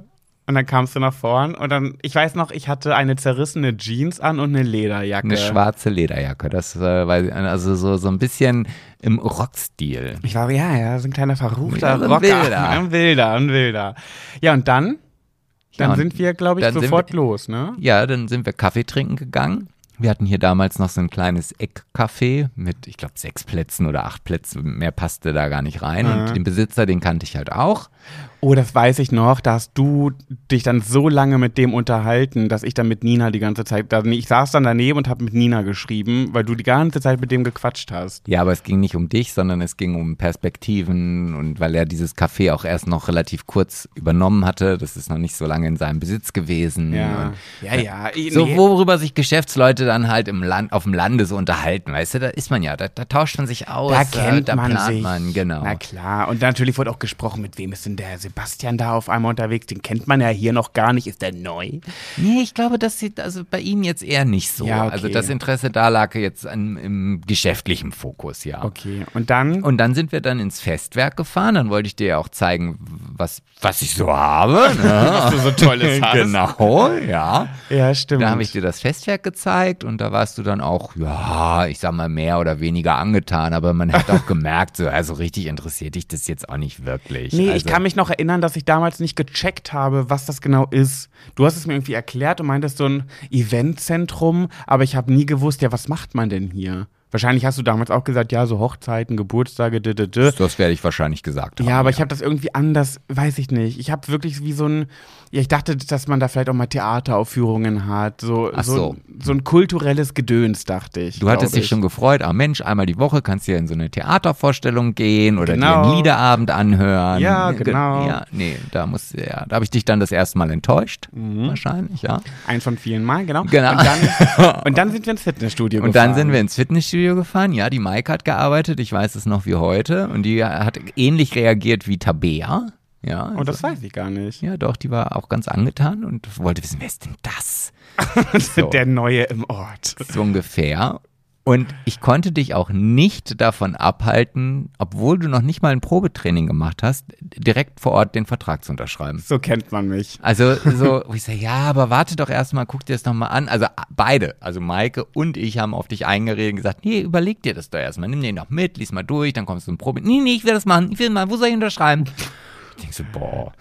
Und dann kamst du nach vorn und dann, ich weiß noch, ich hatte eine zerrissene Jeans an und eine Lederjacke. Eine schwarze Lederjacke, das äh, weiß ich, also so, so ein bisschen im Rockstil. Ich war, ja, ja, so ein kleiner verruchter Ja, so ein Rocker. Wilder. Ein Wilder, ein Wilder. Ja, und dann, dann Ja, und sind wir, glaube ich, dann sind sofort wir- los, ne? Ja, dann sind wir Kaffee trinken gegangen. Wir hatten hier damals noch so ein kleines Eckcafé mit, ich glaube, sechs Plätzen oder acht Plätzen. Mehr passte da gar nicht rein. Mhm. Und den Besitzer, den kannte ich halt auch. Oh, das weiß ich noch, da hast du dich dann so lange mit dem unterhalten, dass ich dann mit Nina die ganze Zeit, da, ich saß dann daneben und habe mit Nina geschrieben, weil du die ganze Zeit mit dem gequatscht hast. Ja, aber es ging nicht um dich, sondern es ging um Perspektiven und weil er dieses Café auch erst noch relativ kurz übernommen hatte, das ist noch nicht so lange in seinem Besitz gewesen. Ja, Und ja, ja. so, Nee. worüber sich Geschäftsleute dann halt im Land, auf dem Lande so unterhalten, weißt du, da ist man ja, da, da tauscht man sich aus, Da äh, kennt da man plant sich. man, genau. Na klar. Und natürlich wurde auch gesprochen, mit wem ist denn der Sebastian da auf einmal unterwegs? Den kennt man ja hier noch gar nicht. Ist der neu? Nee, ich glaube, das sieht also bei ihm jetzt eher nicht so. Ja, okay. Also das Interesse da lag jetzt an, im geschäftlichen Fokus, ja. Okay. Und dann? Und dann sind wir dann ins Festwerk gefahren, dann wollte ich dir ja auch zeigen, was, was ich so habe. Ne? Was du so Tolles hast. Genau, ja. Ja, stimmt. Da habe ich dir das Festwerk gezeigt und da warst du dann auch, ja, ich sag mal, mehr oder weniger angetan, aber man hat auch gemerkt, so, also richtig interessiert dich das jetzt auch nicht wirklich. Nee, also, ich kann mich noch erinnern, dass ich damals nicht gecheckt habe, was das genau ist. Du hast es mir irgendwie erklärt und meintest so ein Eventzentrum, aber ich habe nie gewusst, ja, was macht man denn hier? Wahrscheinlich hast du damals auch gesagt, ja, so Hochzeiten, Geburtstage, d, d, d. Das werde ich wahrscheinlich gesagt haben. Ja, aber ich habe das irgendwie anders, weiß ich nicht. Ich habe wirklich wie so ein, ja, ich dachte, dass man da vielleicht auch mal Theateraufführungen hat. So, Ach so. so. so ein kulturelles Gedöns, dachte ich. Du hattest glaub dich schon gefreut, ah Mensch, einmal die Woche kannst du ja in so eine Theatervorstellung gehen oder dir Genau. einen Liederabend anhören. Ja, Ge- genau. Ja, nee, da muss ja, da habe ich dich dann das erste Mal enttäuscht, Mhm. wahrscheinlich, ja. Eins von vielen Mal, genau. Genau. Und dann, und dann sind wir ins Fitnessstudio Und gefahren. dann sind wir ins Fitnessstudio gefahren. Ja, die Maike hat gearbeitet, ich weiß es noch wie heute. Und die hat ähnlich reagiert wie Tabea. Ja, Und das weiß ich gar nicht. ja, doch, die war auch ganz angetan und wollte wissen, wer ist denn das? So. Der Neue im Ort. So ungefähr. Und ich konnte dich auch nicht davon abhalten, obwohl du noch nicht mal ein Probetraining gemacht hast, direkt vor Ort den Vertrag zu unterschreiben. So kennt man mich. Also so, wo ich sage, ja, aber warte doch erstmal, guck dir das nochmal an. Also beide, also Maike und ich haben auf dich eingeredet und gesagt, nee, überleg dir das doch erstmal, nimm den noch mit, lies mal durch, dann kommst du in Probe. Nee, nee, ich will das machen, ich will mal, wo soll ich unterschreiben? Ich denke so, boah.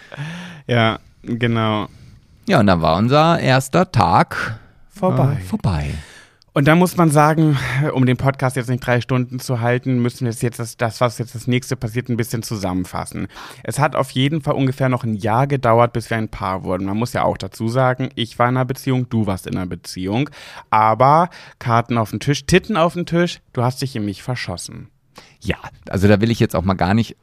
Ja, genau. Ja, und dann war unser erster Tag Vorbei. Äh, vorbei. Und dann muss man sagen, um den Podcast jetzt nicht drei Stunden zu halten, müssen wir jetzt das, das, was jetzt das nächste passiert, ein bisschen zusammenfassen. Es hat auf jeden Fall ungefähr noch ein Jahr gedauert, bis wir ein Paar wurden. Man muss ja auch dazu sagen, ich war in einer Beziehung, du warst in einer Beziehung. Aber Karten auf den Tisch, Titten auf den Tisch, du hast dich in mich verschossen. Ja, also da will ich jetzt auch mal gar nicht.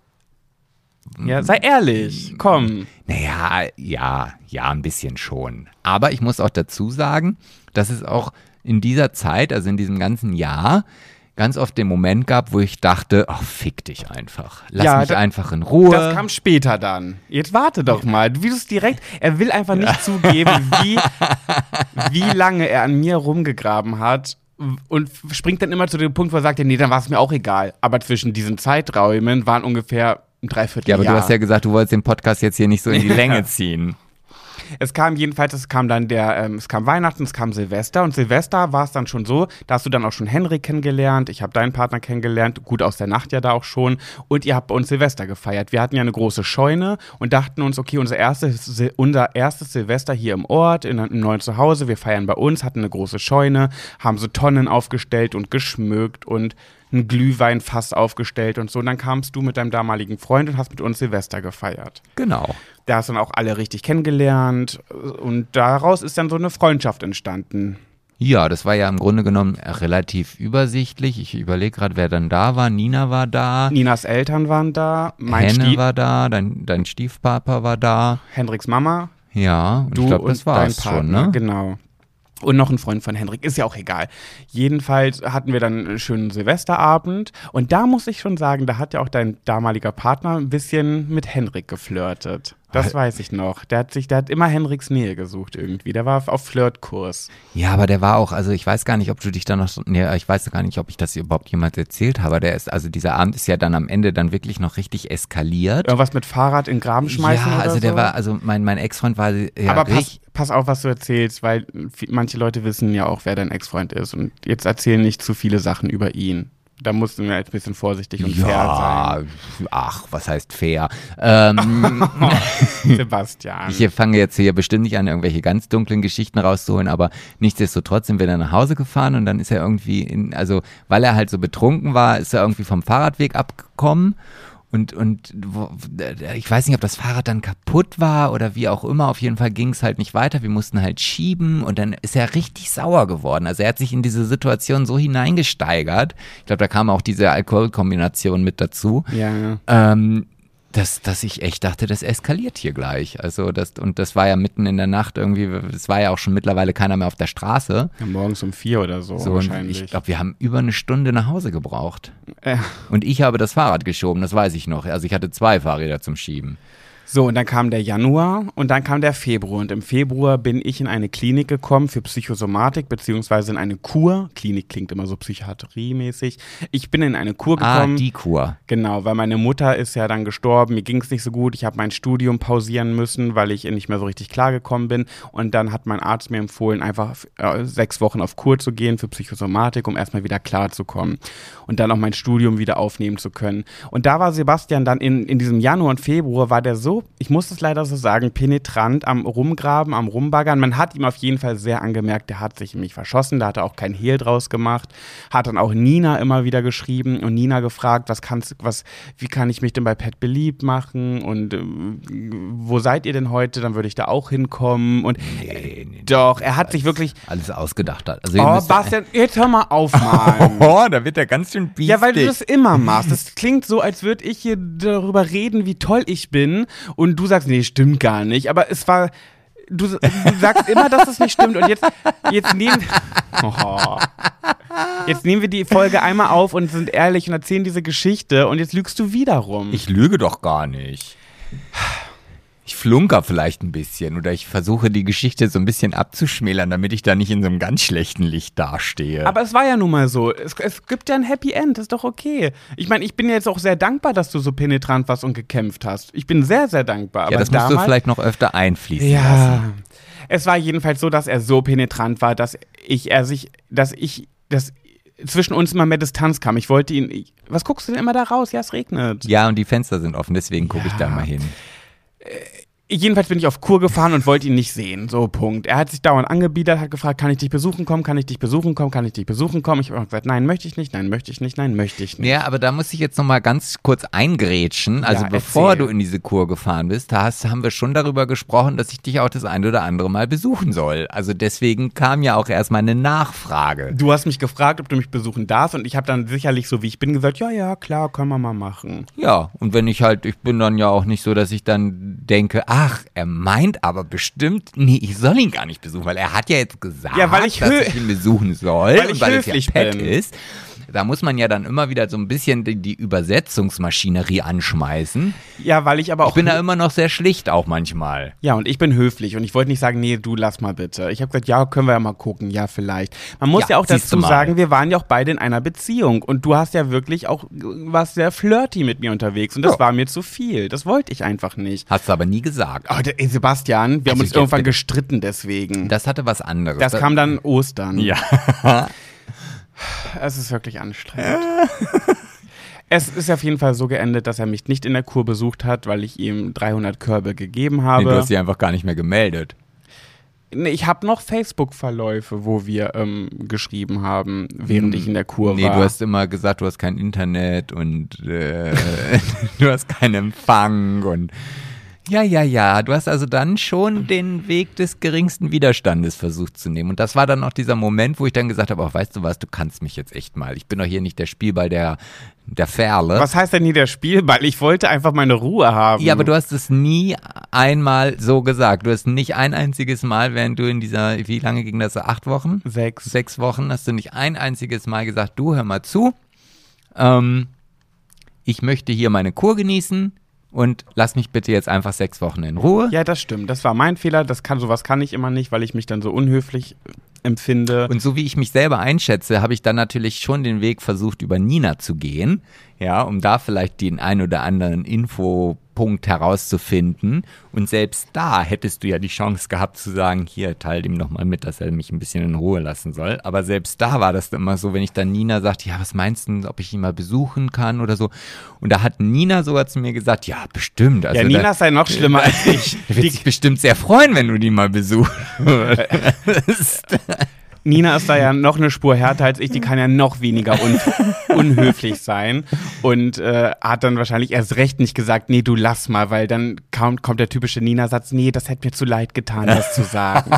Ja, sei ehrlich, komm. Naja, ja, ja, ein bisschen schon. Aber ich muss auch dazu sagen, dass es auch in dieser Zeit, also in diesem ganzen Jahr, ganz oft den Moment gab, wo ich dachte, ach, fick dich einfach. Lass Ja, mich da- einfach in Ruhe. Das kam später dann. Jetzt warte doch mal. Wie du es direkt, er will einfach nicht zugeben, wie, wie lange er an mir rumgegraben hat und springt dann immer zu dem Punkt, wo er sagt, ja, nee, dann war es mir auch egal. Aber zwischen diesen Zeiträumen waren ungefähr ein Dreivierteljahr. ja, aber du hast ja gesagt, du wolltest den Podcast jetzt hier nicht so in die Ja. Länge ziehen. Es kam jedenfalls, es kam dann der, ähm, es kam Weihnachten, es kam Silvester und Silvester war es dann schon so, da hast du dann auch schon Henrik kennengelernt, ich habe deinen Partner kennengelernt, gut aus der Nacht ja da auch schon und ihr habt bei uns Silvester gefeiert. Wir hatten ja eine große Scheune und dachten uns, okay, unser erstes, Sil- unser erstes Silvester hier im Ort, in einem neuen Zuhause, wir feiern bei uns, hatten eine große Scheune, haben so Tonnen aufgestellt und geschmückt und ein Glühweinfass aufgestellt und so. Und dann kamst du mit deinem damaligen Freund und hast mit uns Silvester gefeiert. Genau. Da hast du dann auch alle richtig kennengelernt und daraus ist dann so eine Freundschaft entstanden. Ja, das war ja im Grunde genommen relativ übersichtlich. Ich überlege gerade, wer dann da war. Nina war da, Ninas Eltern waren da, mein Henne Stief, war da, dein, dein Stiefpapa war da. Henriks Mama, Ja, und du ich glaube, das und dein war's Partner, schon, ne? genau. Und noch ein Freund von Henrik, ist ja auch egal. Jedenfalls hatten wir dann einen schönen Silvesterabend und da muss ich schon sagen, da hat ja auch dein damaliger Partner ein bisschen mit Henrik geflirtet. Das weiß ich noch. Der hat sich, der hat immer Henriks Nähe gesucht irgendwie. Der war auf Flirtkurs. Ja, aber der war auch, also ich weiß gar nicht, ob du dich da noch, nee, ich weiß gar nicht, ob ich das überhaupt jemals erzählt habe. Der ist, also dieser Abend ist ja dann am Ende dann wirklich noch richtig eskaliert. Irgendwas mit Fahrrad in den Graben schmeißen Ja, oder also der so? war, also mein, mein Ex-Freund war ja Aber pass, richtig, pass auf, was du erzählst, weil f- manche Leute wissen ja auch, wer dein Ex-Freund ist. Und jetzt erzähl nicht zu viele Sachen über ihn. Da musst du mir jetzt ein bisschen vorsichtig und fair ja, sein. ach, was heißt fair? Ähm, Sebastian. ich fange jetzt hier bestimmt nicht an, irgendwelche ganz dunklen Geschichten rauszuholen, aber nichtsdestotrotz sind wir dann nach Hause gefahren und dann ist er irgendwie, in, also weil er halt so betrunken war, ist er irgendwie vom Fahrradweg abgekommen. Und, und wo, ich weiß nicht, ob das Fahrrad dann kaputt war oder wie auch immer. Auf jeden Fall ging es halt nicht weiter. Wir mussten halt schieben und dann ist er richtig sauer geworden. Also er hat sich in diese Situation so hineingesteigert. Ich glaube, da kam auch diese Alkoholkombination mit dazu. Ja. Ähm, dass, dass ich echt dachte, das eskaliert hier gleich. Also das, und das war ja mitten in der Nacht irgendwie, es war ja auch schon mittlerweile keiner mehr auf der Straße. Ja, morgens um vier oder so, So, und wahrscheinlich. ich glaube, wir haben über eine Stunde nach Hause gebraucht. Ja. Und ich habe das Fahrrad geschoben, das weiß ich noch. Also ich hatte zwei Fahrräder zum Schieben. So, und dann kam der Januar und dann kam der Februar. Und im Februar bin ich in eine Klinik gekommen für Psychosomatik, beziehungsweise in eine Kur. Klinik klingt immer so psychiatriemäßig. Ich bin in eine Kur gekommen. Ah, die Kur. Genau, weil meine Mutter ist ja dann gestorben. Mir ging es nicht so gut. Ich habe mein Studium pausieren müssen, weil ich nicht mehr so richtig klargekommen bin. Und dann hat mein Arzt mir empfohlen, einfach äh, sechs Wochen auf Kur zu gehen für Psychosomatik, um erstmal wieder klarzukommen. Und dann auch mein Studium wieder aufnehmen zu können. Und da war Sebastian dann in, in diesem Januar und Februar, war der so, ich muss es leider so sagen, penetrant am Rumgraben, am Rumbaggern. Man hat ihm auf jeden Fall sehr angemerkt, der hat sich in mich verschossen, da hat er auch kein Hehl draus gemacht. Hat dann auch Nina immer wieder geschrieben und Nina gefragt, was kannst, was, wie kann ich mich denn bei Pet beliebt machen und äh, wo seid ihr denn heute? Dann würde ich da auch hinkommen. Und Nee, nee, doch, er hat sich wirklich. Alles ausgedacht hat. Also ihr Oh, müsst- Bastian, jetzt hör mal auf, Mann. Oh, da wird er ganz schön biestig. Ja, weil du das immer machst. Das klingt so, als würde ich hier darüber reden, wie toll ich bin. Und du sagst, nee, stimmt gar nicht. Aber es war, du, du sagst immer, dass es nicht stimmt. Und jetzt, jetzt nehmen, oh, jetzt nehmen wir die Folge einmal auf und sind ehrlich und erzählen diese Geschichte. Und jetzt lügst du wieder rum. Ich lüge doch gar nicht. Ich flunker vielleicht ein bisschen oder ich versuche die Geschichte so ein bisschen abzuschmälern, damit ich da nicht in so einem ganz schlechten Licht dastehe. Aber es war ja nun mal so. Es, es gibt ja ein Happy End, das ist doch okay. Ich meine, ich bin jetzt auch sehr dankbar, dass du so penetrant warst und gekämpft hast. Ich bin sehr, sehr dankbar. ja, Aber das musst du damals, vielleicht noch öfter einfließen lassen. Ja. Es war jedenfalls so, dass er so penetrant war, dass ich, er sich, dass ich, dass zwischen uns immer mehr Distanz kam. Ich wollte ihn, ich, was guckst du denn immer da raus? Ja, es regnet. Ja, und die Fenster sind offen, deswegen gucke Ja. ich da mal hin. Jedenfalls bin ich auf Kur gefahren und wollte ihn nicht sehen. So, Punkt. Er hat sich dauernd angebiedert, hat gefragt, kann ich dich besuchen kommen, kann ich dich besuchen kommen, kann ich dich besuchen kommen. Ich habe gesagt, nein, möchte ich nicht, nein, möchte ich nicht, nein, möchte ich nicht. Ja, aber da muss ich jetzt noch mal ganz kurz eingrätschen. Also Ja, bevor erzähl. du in diese Kur gefahren bist, da hast, haben wir schon darüber gesprochen, dass ich dich auch das ein oder andere Mal besuchen soll. Also deswegen kam ja auch erstmal eine Nachfrage. Du hast mich gefragt, ob du mich besuchen darfst und ich habe dann sicherlich, so wie ich bin, gesagt, ja, ja, klar, können wir mal machen. Ja, und wenn ich halt, ich bin dann ja auch nicht so, dass ich dann denke, ach, er meint aber bestimmt, nee, ich soll ihn gar nicht besuchen, weil er hat ja jetzt gesagt, Ja, weil ich dass hö- ich ihn besuchen soll Weil ich und weil es ja höflich Pet bin. ist. Da muss man ja dann immer wieder so ein bisschen die, die Übersetzungsmaschinerie anschmeißen. Ja, weil ich aber auch. Ich bin da immer noch sehr schlicht auch manchmal. Ja, und ich bin höflich und ich wollte nicht sagen, nee, du lass mal bitte. Ich habe gesagt, ja, können wir ja mal gucken, ja, vielleicht. Man muss Ja, ja, auch siehst du dazu mal. sagen, wir waren ja auch beide in einer Beziehung und du hast ja wirklich auch, warst sehr flirty mit mir unterwegs und das Ja. war mir zu viel. Das wollte ich einfach nicht. Hast du aber nie gesagt. Oh, der, ey, Sebastian, wir haben Also uns jetzt irgendwann bitte. gestritten deswegen. Das, Das hatte was anderes. kam dann Ostern. Ja. Es ist wirklich anstrengend. Es ist auf jeden Fall so geendet, dass er mich nicht in der Kur besucht hat, weil ich ihm dreihundert Körbe gegeben habe. Nee, du hast sie einfach gar nicht mehr gemeldet. Nee, ich habe noch Facebook-Verläufe, wo wir ähm, geschrieben haben, während ich in der Kur Nee, war. du hast immer gesagt, du hast kein Internet und äh, du hast keinen Empfang und ja, ja, ja. Du hast also dann schon den Weg des geringsten Widerstandes versucht zu nehmen. Und das war dann auch dieser Moment, wo ich dann gesagt habe, ach, weißt du was, du kannst mich jetzt echt mal. Ich bin doch hier nicht der Spielball der, der Ferle. Was heißt denn hier der Spielball? Ich wollte einfach meine Ruhe haben. Ja, aber du hast es nie einmal so gesagt. Du hast nicht ein einziges Mal, während du in dieser, wie lange ging das? Acht Wochen? Sechs. Sechs Wochen hast du nicht ein einziges Mal gesagt, du hör mal zu, ähm, ich möchte hier meine Kur genießen, und lass mich bitte jetzt einfach sechs Wochen in Ruhe. Ja, das stimmt. Das war mein Fehler. Das kann, sowas kann ich immer nicht, weil ich mich dann so unhöflich empfinde. Und so wie ich mich selber einschätze, habe ich dann natürlich schon den Weg versucht, über Nina zu gehen, ja, um da vielleicht den ein oder anderen Infopunkt herauszufinden. Und selbst da hättest du ja die Chance gehabt zu sagen, hier, teil dem doch mal mit, dass er mich ein bisschen in Ruhe lassen soll. Aber selbst da war das immer so, wenn ich dann Nina sagte, ja, was meinst du, ob ich ihn mal besuchen kann oder so. Und da hat Nina sogar zu mir gesagt, ja, bestimmt. Also ja, Nina da, ist ja noch schlimmer als ich. Die wird sich bestimmt sehr freuen, wenn du die mal besuchst. Nina ist da ja noch eine Spur härter als ich, die kann ja noch weniger un- unhöflich sein und äh, hat dann wahrscheinlich erst recht nicht gesagt, nee, du lass mal, weil dann kommt, kommt der typische Nina-Satz, nee, das hätte mir zu leid getan, das zu sagen.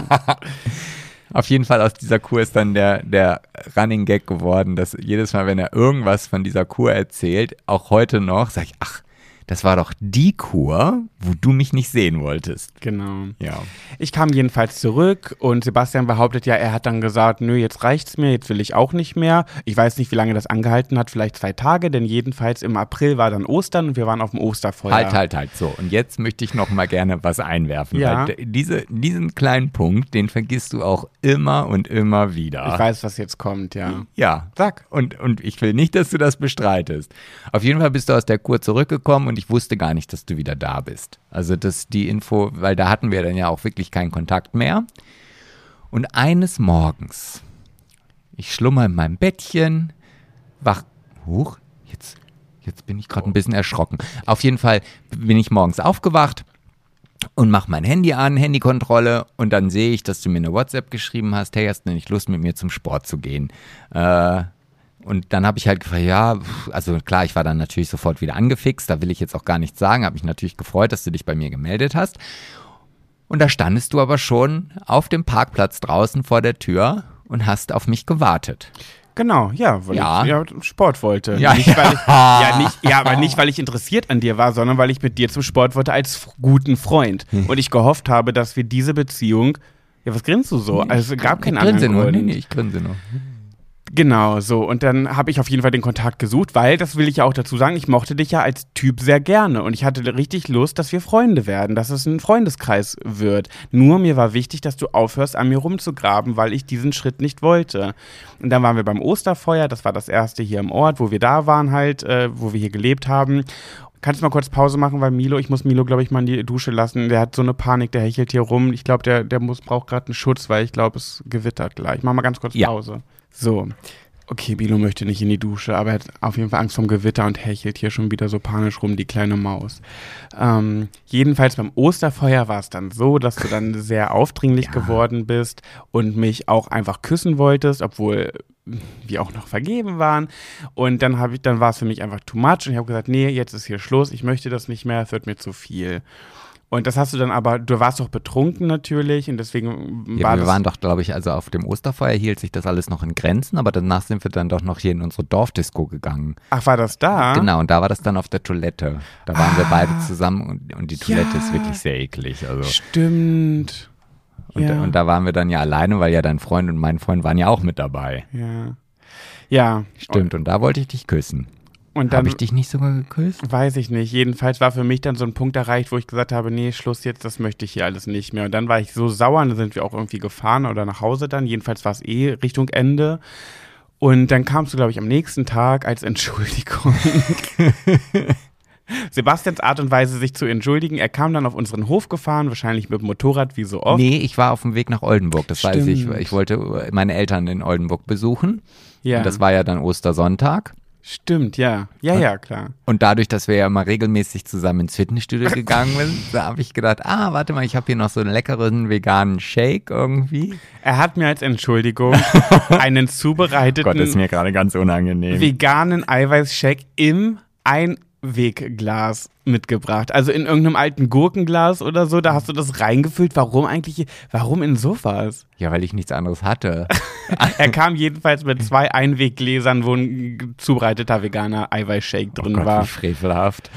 Auf jeden Fall aus dieser Kur ist dann der, der Running Gag geworden, dass jedes Mal, wenn er irgendwas von dieser Kur erzählt, auch heute noch, sag ich, ach, das war doch die Kur, wo du mich nicht sehen wolltest. Genau. Ja. Ich kam jedenfalls zurück und Sebastian behauptet ja, er hat dann gesagt, nö, jetzt reicht's mir, jetzt will ich auch nicht mehr. Ich weiß nicht, wie lange das angehalten hat, vielleicht zwei Tage, denn jedenfalls im April war dann Ostern und wir waren auf dem Osterfeuer. Halt, halt, halt. So, und jetzt möchte ich noch mal gerne was einwerfen. Ja. Weil diese, diesen kleinen Punkt, den vergisst du auch immer und immer wieder. Ich weiß, was jetzt kommt, ja. Ja, sag. Und, und ich will nicht, dass du das bestreitest. Auf jeden Fall bist du aus der Kur zurückgekommen und ich wusste gar nicht, dass du wieder da bist. Also das die Info, weil da hatten wir dann ja auch wirklich keinen Kontakt mehr. Und eines Morgens, ich schlummer in meinem Bettchen, wach, huch, jetzt, jetzt bin ich gerade ein bisschen erschrocken. Auf jeden Fall bin ich morgens aufgewacht und mache mein Handy an, Handykontrolle, und dann sehe ich, dass du mir eine WhatsApp geschrieben hast, hey, hast du nicht Lust, mit mir zum Sport zu gehen? Äh, Und dann habe ich halt gefragt, ja, also klar, ich war dann natürlich sofort wieder angefixt, da will ich jetzt auch gar nichts sagen, habe mich natürlich gefreut, dass du dich bei mir gemeldet hast. Und da standest du aber schon auf dem Parkplatz draußen vor der Tür und hast auf mich gewartet. Genau, ja, weil Ja. ich ja, Sport wollte. Ja, nicht, weil ich, ja, nicht, ja, aber nicht, weil ich interessiert an dir war, sondern weil ich mit dir zum Sport wollte als f- guten Freund. Und ich gehofft habe, dass wir diese Beziehung, ja, was grinst du so? Also es gab keinen ich grinse anderen nur, Grund. nee, nee, ich grinse nur. Genau, so. Und dann habe ich auf jeden Fall den Kontakt gesucht, weil, das will ich ja auch dazu sagen, ich mochte dich ja als Typ sehr gerne. Und ich hatte richtig Lust, dass wir Freunde werden, dass es ein Freundeskreis wird. Nur mir war wichtig, dass du aufhörst, an mir rumzugraben, weil ich diesen Schritt nicht wollte. Und dann waren wir beim Osterfeuer, das war das erste hier im Ort, wo wir da waren halt, äh, wo wir hier gelebt haben. Kannst du mal kurz Pause machen, weil Milo, ich muss Milo, glaube ich, mal in die Dusche lassen. Der hat so eine Panik, der hechelt hier rum. Ich glaube, der, der muss, braucht gerade einen Schutz, weil ich glaube, es gewittert gleich. Mach mal ganz kurz Ja. Pause. So. Okay, Milo möchte nicht in die Dusche, aber er hat auf jeden Fall Angst vom Gewitter und hechelt hier schon wieder so panisch rum, die kleine Maus. Ähm, jedenfalls beim Osterfeuer war es dann so, dass du dann sehr aufdringlich Ja. geworden bist und mich auch einfach küssen wolltest, obwohl wir auch noch vergeben waren. Und dann habe ich, dann war es für mich einfach too much und ich habe gesagt, nee, jetzt ist hier Schluss, ich möchte das nicht mehr, es wird mir zu viel. Und das hast du dann aber, du warst doch betrunken natürlich und deswegen Ja, war wir das... waren doch, glaube ich, also auf dem Osterfeuer hielt sich das alles noch in Grenzen, aber danach sind wir dann doch noch hier in unsere Dorfdisco gegangen. Ach, war das da? Genau, und da war das dann auf der Toilette. Da waren wir Ah. beide zusammen und, und die Toilette Ja. ist wirklich sehr eklig. Also. Stimmt. Und, ja. und da waren wir dann ja alleine, weil ja dein Freund und mein Freund waren ja auch mit dabei. Ja. Ja. Stimmt, und da wollte ich dich küssen. Und dann Habe ich dich nicht sogar geküsst? weiß ich nicht. Jedenfalls war für mich dann so ein Punkt erreicht, wo ich gesagt habe, nee, Schluss jetzt, das möchte ich hier alles nicht mehr. Und dann war ich so sauer, und dann sind wir auch irgendwie gefahren oder nach Hause dann. Jedenfalls war es eh Richtung Ende. Und dann kamst du, glaube ich, am nächsten Tag als Entschuldigung. Sebastians Art und Weise, sich zu entschuldigen. Er kam dann auf unseren Hof gefahren, wahrscheinlich mit dem Motorrad, wie so oft. Nee, ich war auf dem Weg nach Oldenburg, das weiß ich. Stimmt. Ich wollte meine Eltern in Oldenburg besuchen. Ja. Und das war ja dann Ostersonntag. Stimmt, ja. Ja, ja, klar. Und dadurch, dass wir ja immer regelmäßig zusammen ins Fitnessstudio gegangen sind, da habe ich gedacht, ah, warte mal, ich habe hier noch so einen leckeren veganen Shake irgendwie. Er hat mir als Entschuldigung einen zubereiteten Gott, das ist mir gerade ganz unangenehm. veganen Eiweißshake im Einwegglas mitgebracht. Also in irgendeinem alten Gurkenglas oder so, da hast du das reingefüllt. Warum eigentlich, warum in sowas? Ja, weil ich nichts anderes hatte. Er kam jedenfalls mit zwei Einweggläsern, wo ein zubereiteter veganer Eiweißshake drin Oh Gott, war. wie frevelhaft.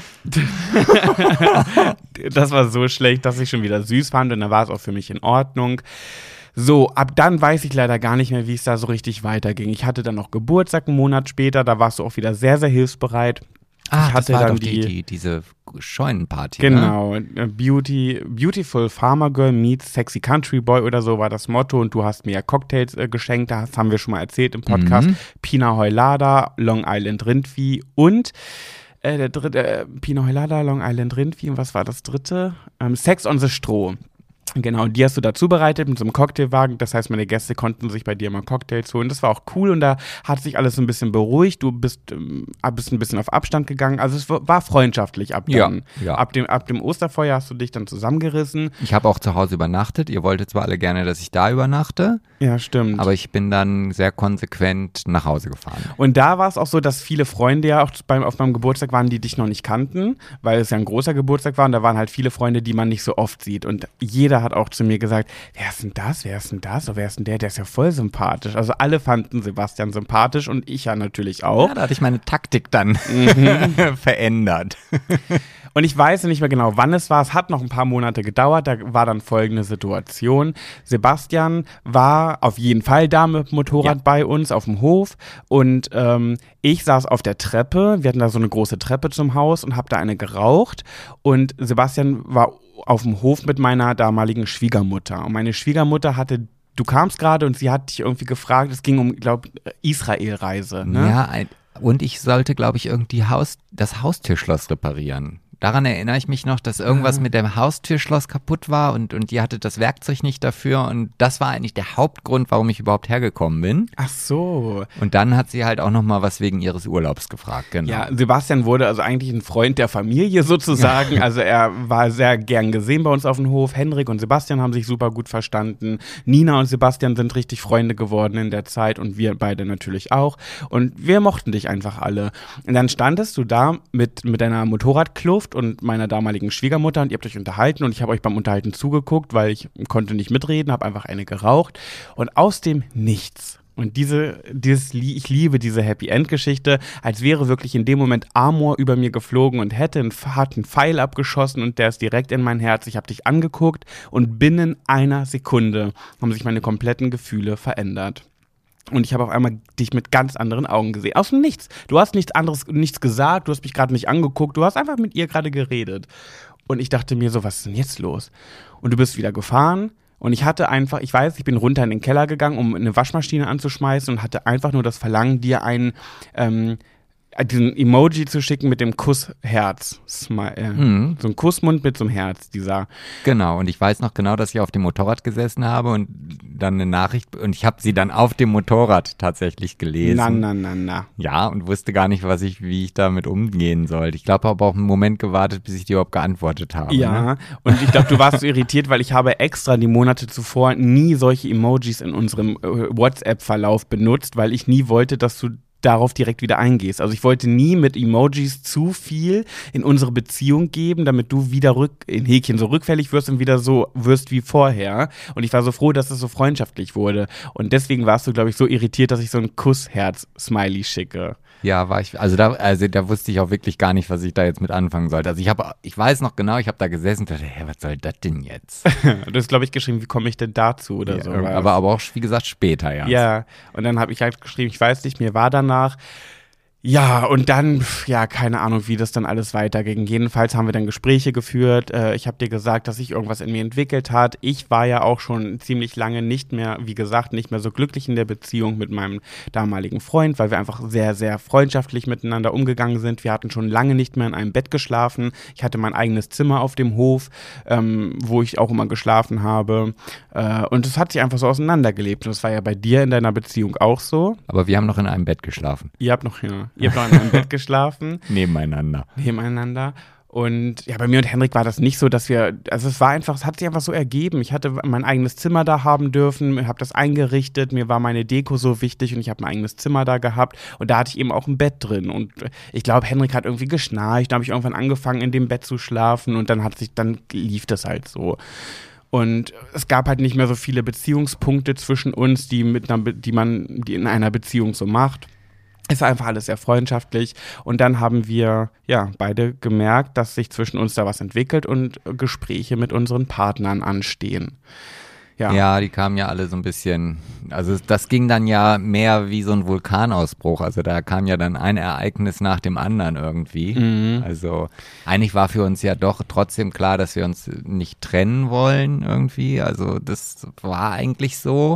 Das war so schlecht, dass ich schon wieder süß fand und dann war es auch für mich in Ordnung. So, ab dann weiß ich leider gar nicht mehr, wie es da so richtig weiterging. Ich hatte dann noch Geburtstag einen Monat später, da warst du auch wieder sehr, sehr hilfsbereit. Ah, ich hatte das war dann doch die, die, die, diese Scheunenparty, ne? genau, Beauty, Beautiful Farmer Girl meets Sexy Country Boy oder so war das Motto und du hast mir ja Cocktails äh, geschenkt, das haben wir schon mal erzählt im Podcast. Mhm. Pina Colada, Long Island Rindvieh und äh, der dritte, äh, Pina Colada, Long Island Rindvieh und was war das dritte? Ähm, Sex on the Stroh. Genau, und die hast du da zubereitet mit so einem Cocktailwagen. Das heißt, meine Gäste konnten sich bei dir mal Cocktails holen. Das war auch cool und da hat sich alles ein bisschen beruhigt. Du bist, ähm, bist ein bisschen auf Abstand gegangen. Also es war freundschaftlich ab dann. Ja, ja. Ab dem, ab dem Osterfeuer hast du dich dann zusammengerissen. Ich habe auch zu Hause übernachtet. Ihr wolltet zwar alle gerne, dass ich da übernachte, Ja, stimmt. aber ich bin dann sehr konsequent nach Hause gefahren. Und da war es auch so, dass viele Freunde ja auch beim, auf meinem Geburtstag waren, die dich noch nicht kannten, weil es ja ein großer Geburtstag war und da waren halt viele Freunde, die man nicht so oft sieht. Und jeder hat auch zu mir gesagt, wer ist denn das, wer ist denn das, oder wer ist denn der, der ist ja voll sympathisch. Also alle fanden Sebastian sympathisch und ich ja natürlich auch. Ja, da hatte ich meine Taktik dann verändert. Und ich weiß nicht mehr genau, wann es war. Es hat noch ein paar Monate gedauert. Da war dann folgende Situation. Sebastian war auf jeden Fall da mit dem Motorrad Ja. bei uns auf dem Hof. Und ähm, ich saß auf der Treppe. Wir hatten da so eine große Treppe zum Haus und habe da eine geraucht. Und Sebastian war auf dem Hof mit meiner damaligen Schwiegermutter. Und meine Schwiegermutter hatte, du kamst gerade und sie hat dich irgendwie gefragt, es ging um, glaube ich, Israel-Reise. Ne? Ja, ein, und ich sollte, glaube ich, irgendwie Haus, das Haustürschloss reparieren. Daran erinnere ich mich noch, dass irgendwas Ah. mit dem Haustürschloss kaputt war und, und ihr hattet das Werkzeug nicht dafür und das war eigentlich der Hauptgrund, warum ich überhaupt hergekommen bin. Ach so. Und dann hat sie halt auch nochmal was wegen ihres Urlaubs gefragt, genau. Ja, Sebastian wurde also eigentlich ein Freund der Familie sozusagen. Also er war sehr gern gesehen bei uns auf dem Hof. Henrik und Sebastian haben sich super gut verstanden. Nina und Sebastian sind richtig Freunde geworden in der Zeit und wir beide natürlich auch. Und wir mochten dich einfach alle. Und dann standest du da mit, mit deiner Motorradkluft und meiner damaligen Schwiegermutter und ihr habt euch unterhalten und ich habe euch beim Unterhalten zugeguckt, weil ich konnte nicht mitreden, habe einfach eine geraucht und aus dem Nichts. Und diese, dieses, ich liebe diese Happy End Geschichte, als wäre wirklich in dem Moment Amor über mir geflogen und hätte einen harten Pfeil abgeschossen und der ist direkt in mein Herz. Ich habe dich angeguckt und binnen einer Sekunde haben sich meine kompletten Gefühle verändert. Und ich habe auf einmal dich mit ganz anderen Augen gesehen. Aus dem Nichts. Du hast nichts anderes, nichts gesagt, du hast mich gerade nicht angeguckt, du hast einfach mit ihr gerade geredet. Und ich dachte mir so, was ist denn jetzt los? Und du bist wieder gefahren. Und ich hatte einfach, ich weiß, ich bin runter in den Keller gegangen, um eine Waschmaschine anzuschmeißen und hatte einfach nur das Verlangen, dir einen, ähm, diesen Emoji zu schicken mit dem Kussherz. Smile, äh, Mhm. So ein Kussmund mit so einem Herz, dieser. Genau, und ich weiß noch genau, dass ich auf dem Motorrad gesessen habe und dann eine Nachricht, und ich habe sie dann auf dem Motorrad tatsächlich gelesen. Na, na, na, na. Ja, und wusste gar nicht, was ich, wie ich damit umgehen sollte. Ich glaube, habe auch einen Moment gewartet, bis ich dir überhaupt geantwortet habe. Ja, Ne? und ich glaube, du warst so irritiert, weil ich habe extra die Monate zuvor nie solche Emojis in unserem äh, WhatsApp-Verlauf benutzt, weil ich nie wollte, dass du darauf direkt wieder eingehst. Also ich wollte nie mit Emojis zu viel in unsere Beziehung geben, damit du wieder rück, in Häkchen so rückfällig wirst und wieder so wirst wie vorher. Und ich war so froh, dass es so freundschaftlich wurde. Und deswegen warst du, glaube ich, so irritiert, dass ich so ein Kussherz-Smiley schicke. Ja, war ich, also da, also da wusste ich auch wirklich gar nicht, was ich da jetzt mit anfangen sollte. Also ich habe, ich weiß noch genau, ich habe da gesessen und dachte, hä, was soll das denn jetzt? Du hast, glaube ich, geschrieben, wie komme ich denn dazu oder Ja, so. aber, aber auch, wie gesagt, später erst. Ja, und dann habe ich halt geschrieben, ich weiß nicht, mir war danach. Ja, und dann, pf, ja, keine Ahnung, wie das dann alles weiterging. Jedenfalls haben wir dann Gespräche geführt. Äh, ich habe dir gesagt, dass sich irgendwas in mir entwickelt hat. Ich war ja auch schon ziemlich lange nicht mehr, wie gesagt, nicht mehr so glücklich in der Beziehung mit meinem damaligen Freund, weil wir einfach sehr, sehr freundschaftlich miteinander umgegangen sind. Wir hatten schon lange nicht mehr in einem Bett geschlafen. Ich hatte mein eigenes Zimmer auf dem Hof, ähm, wo ich auch immer geschlafen habe. Äh, und es hat sich einfach so auseinandergelebt. Und das war ja bei dir in deiner Beziehung auch so. Aber wir haben noch in einem Bett geschlafen. Ihr habt noch, ja, ihr habt noch in einem Bett geschlafen, Nebeneinander. nebeneinander. Und ja, bei mir und Henrik war das nicht so, dass wir, also es war einfach, es hat sich einfach so ergeben. Ich hatte mein eigenes Zimmer da haben dürfen, habe das eingerichtet, mir war meine Deko so wichtig und ich habe mein eigenes Zimmer da gehabt und da hatte ich eben auch ein Bett drin. Und ich glaube, Henrik hat irgendwie geschnarcht, da habe ich irgendwann angefangen, in dem Bett zu schlafen und dann hat sich, dann lief das halt so. Und es gab halt nicht mehr so viele Beziehungspunkte zwischen uns, die mit einer, Be- die man, die in einer Beziehung so macht. Es war einfach alles sehr freundschaftlich und dann haben wir ja beide gemerkt, dass sich zwischen uns da was entwickelt und Gespräche mit unseren Partnern anstehen. Ja. Ja, die kamen ja alle so ein bisschen, also das ging dann ja mehr wie so ein Vulkanausbruch, also da kam ja dann ein Ereignis nach dem anderen irgendwie. Mhm. Also eigentlich war für uns ja doch trotzdem klar, dass wir uns nicht trennen wollen irgendwie, also das war eigentlich so.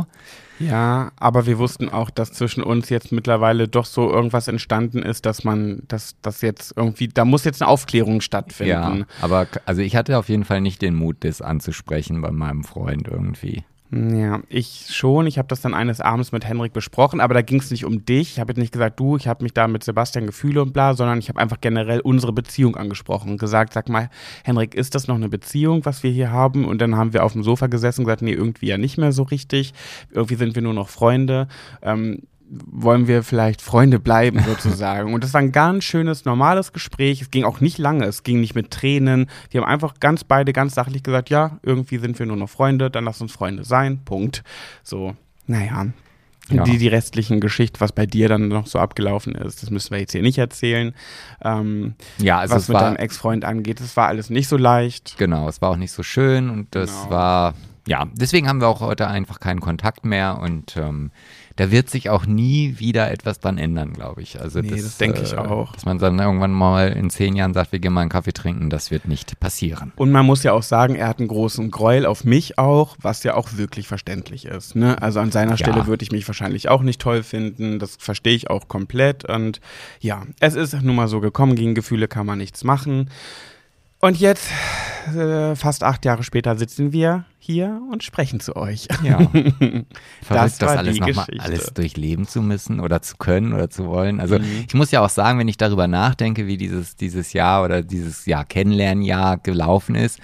Ja, aber wir wussten auch, dass zwischen uns jetzt mittlerweile doch so irgendwas entstanden ist, dass man, dass das jetzt irgendwie, da muss jetzt eine Aufklärung stattfinden. Ja, aber k- also ich hatte auf jeden Fall nicht den Mut, das anzusprechen bei meinem Freund irgendwie. Ja, ich schon. Ich habe das dann eines Abends mit Henrik besprochen, aber da ging es nicht um dich. Ich habe jetzt nicht gesagt, du, ich habe mich da mit Sebastian Gefühle und bla, sondern ich habe einfach generell unsere Beziehung angesprochen und gesagt, sag mal, Henrik, ist das noch eine Beziehung, was wir hier haben? Und dann haben wir auf dem Sofa gesessen und gesagt, nee, irgendwie ja nicht mehr so richtig. Irgendwie sind wir nur noch Freunde. Ähm, wollen wir vielleicht Freunde bleiben sozusagen. Und das war ein ganz schönes, normales Gespräch. Es ging auch nicht lange, es ging nicht mit Tränen. Wir haben einfach ganz beide ganz sachlich gesagt, ja, irgendwie sind wir nur noch Freunde, dann lass uns Freunde sein, Punkt. So, naja. Ja. Die, die restlichen Geschichten, was bei dir dann noch so abgelaufen ist, das müssen wir jetzt hier nicht erzählen. Ähm, Ja, also was es mit war, deinem Ex-Freund angeht, das war alles nicht so leicht. genau, es war auch nicht so schön und das Genau. war, ja, deswegen haben wir auch heute einfach keinen Kontakt mehr und ähm, da wird sich auch nie wieder etwas dran ändern, glaube ich. Also Nee, das denke ich auch. Dass man dann irgendwann mal in zehn Jahren sagt, wir gehen mal einen Kaffee trinken, das wird nicht passieren. Und man muss ja auch sagen, er hat einen großen Gräuel auf mich auch, was ja auch wirklich verständlich ist. Ne? Also an seiner Ja. Stelle würde ich mich wahrscheinlich auch nicht toll finden. Das verstehe ich auch komplett. Und ja, es ist nun mal so gekommen, gegen Gefühle kann man nichts machen. Und jetzt, äh, fast acht Jahre später, sitzen wir hier und sprechen zu euch. Ja. Verrückt, das, war alles die nochmal Geschichte. alles durchleben zu müssen oder zu können oder zu wollen. Also Mhm. ich muss ja auch sagen, wenn ich darüber nachdenke, wie dieses, dieses Jahr oder dieses Jahr Kennenlernjahr gelaufen ist,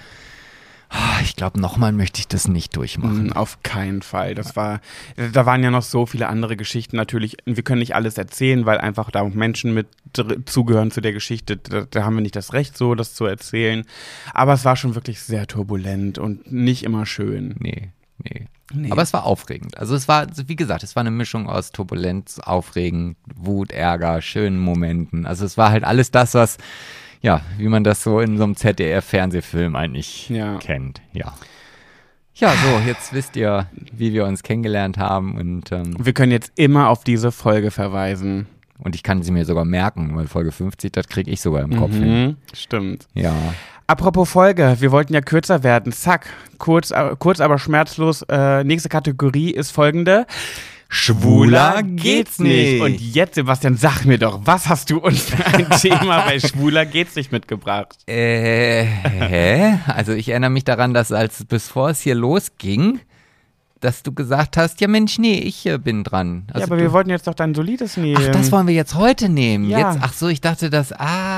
ah, ich glaube, nochmal möchte ich das nicht durchmachen. Mm, Auf keinen Fall. Das war, da waren ja noch so viele andere Geschichten natürlich. Wir können nicht alles erzählen, weil einfach da auch Menschen mit dr- zugehören zu der Geschichte. Da, da haben wir nicht das Recht, so das zu erzählen. Aber es war schon wirklich sehr turbulent und nicht immer schön. Nee, nee. Nee. Aber es war aufregend. Also es war, wie gesagt, es war eine Mischung aus Turbulenz, Aufregen, Wut, Ärger, schönen Momenten. Also es war halt alles das, was, ja, wie man das so in so einem Z D F-Fernsehfilm eigentlich Ja. kennt. Ja. Ja, so, jetzt wisst ihr, wie wir uns kennengelernt haben und, ähm, Wir können jetzt immer auf diese Folge verweisen. und ich kann sie mir sogar merken, weil Folge fünfzig, das kriege ich sogar im Kopf hin. Mhm, stimmt. Ja. Apropos Folge, wir wollten ja kürzer werden. Zack, kurz, äh, kurz aber schmerzlos. Äh, nächste Kategorie ist folgende. Schwuler geht's nicht. Und jetzt, Sebastian, sag mir doch, was hast du uns für ein Thema bei Schwuler geht's nicht mitgebracht? Äh, hä? Also ich erinnere mich daran, dass als bevor es hier losging, dass du gesagt hast, ja Mensch, nee, ich äh, bin dran. Also ja, aber du, wir wollten jetzt doch dein solides nehmen. ach, das wollen wir jetzt heute nehmen. Ja. Jetzt, ach so, ich dachte das,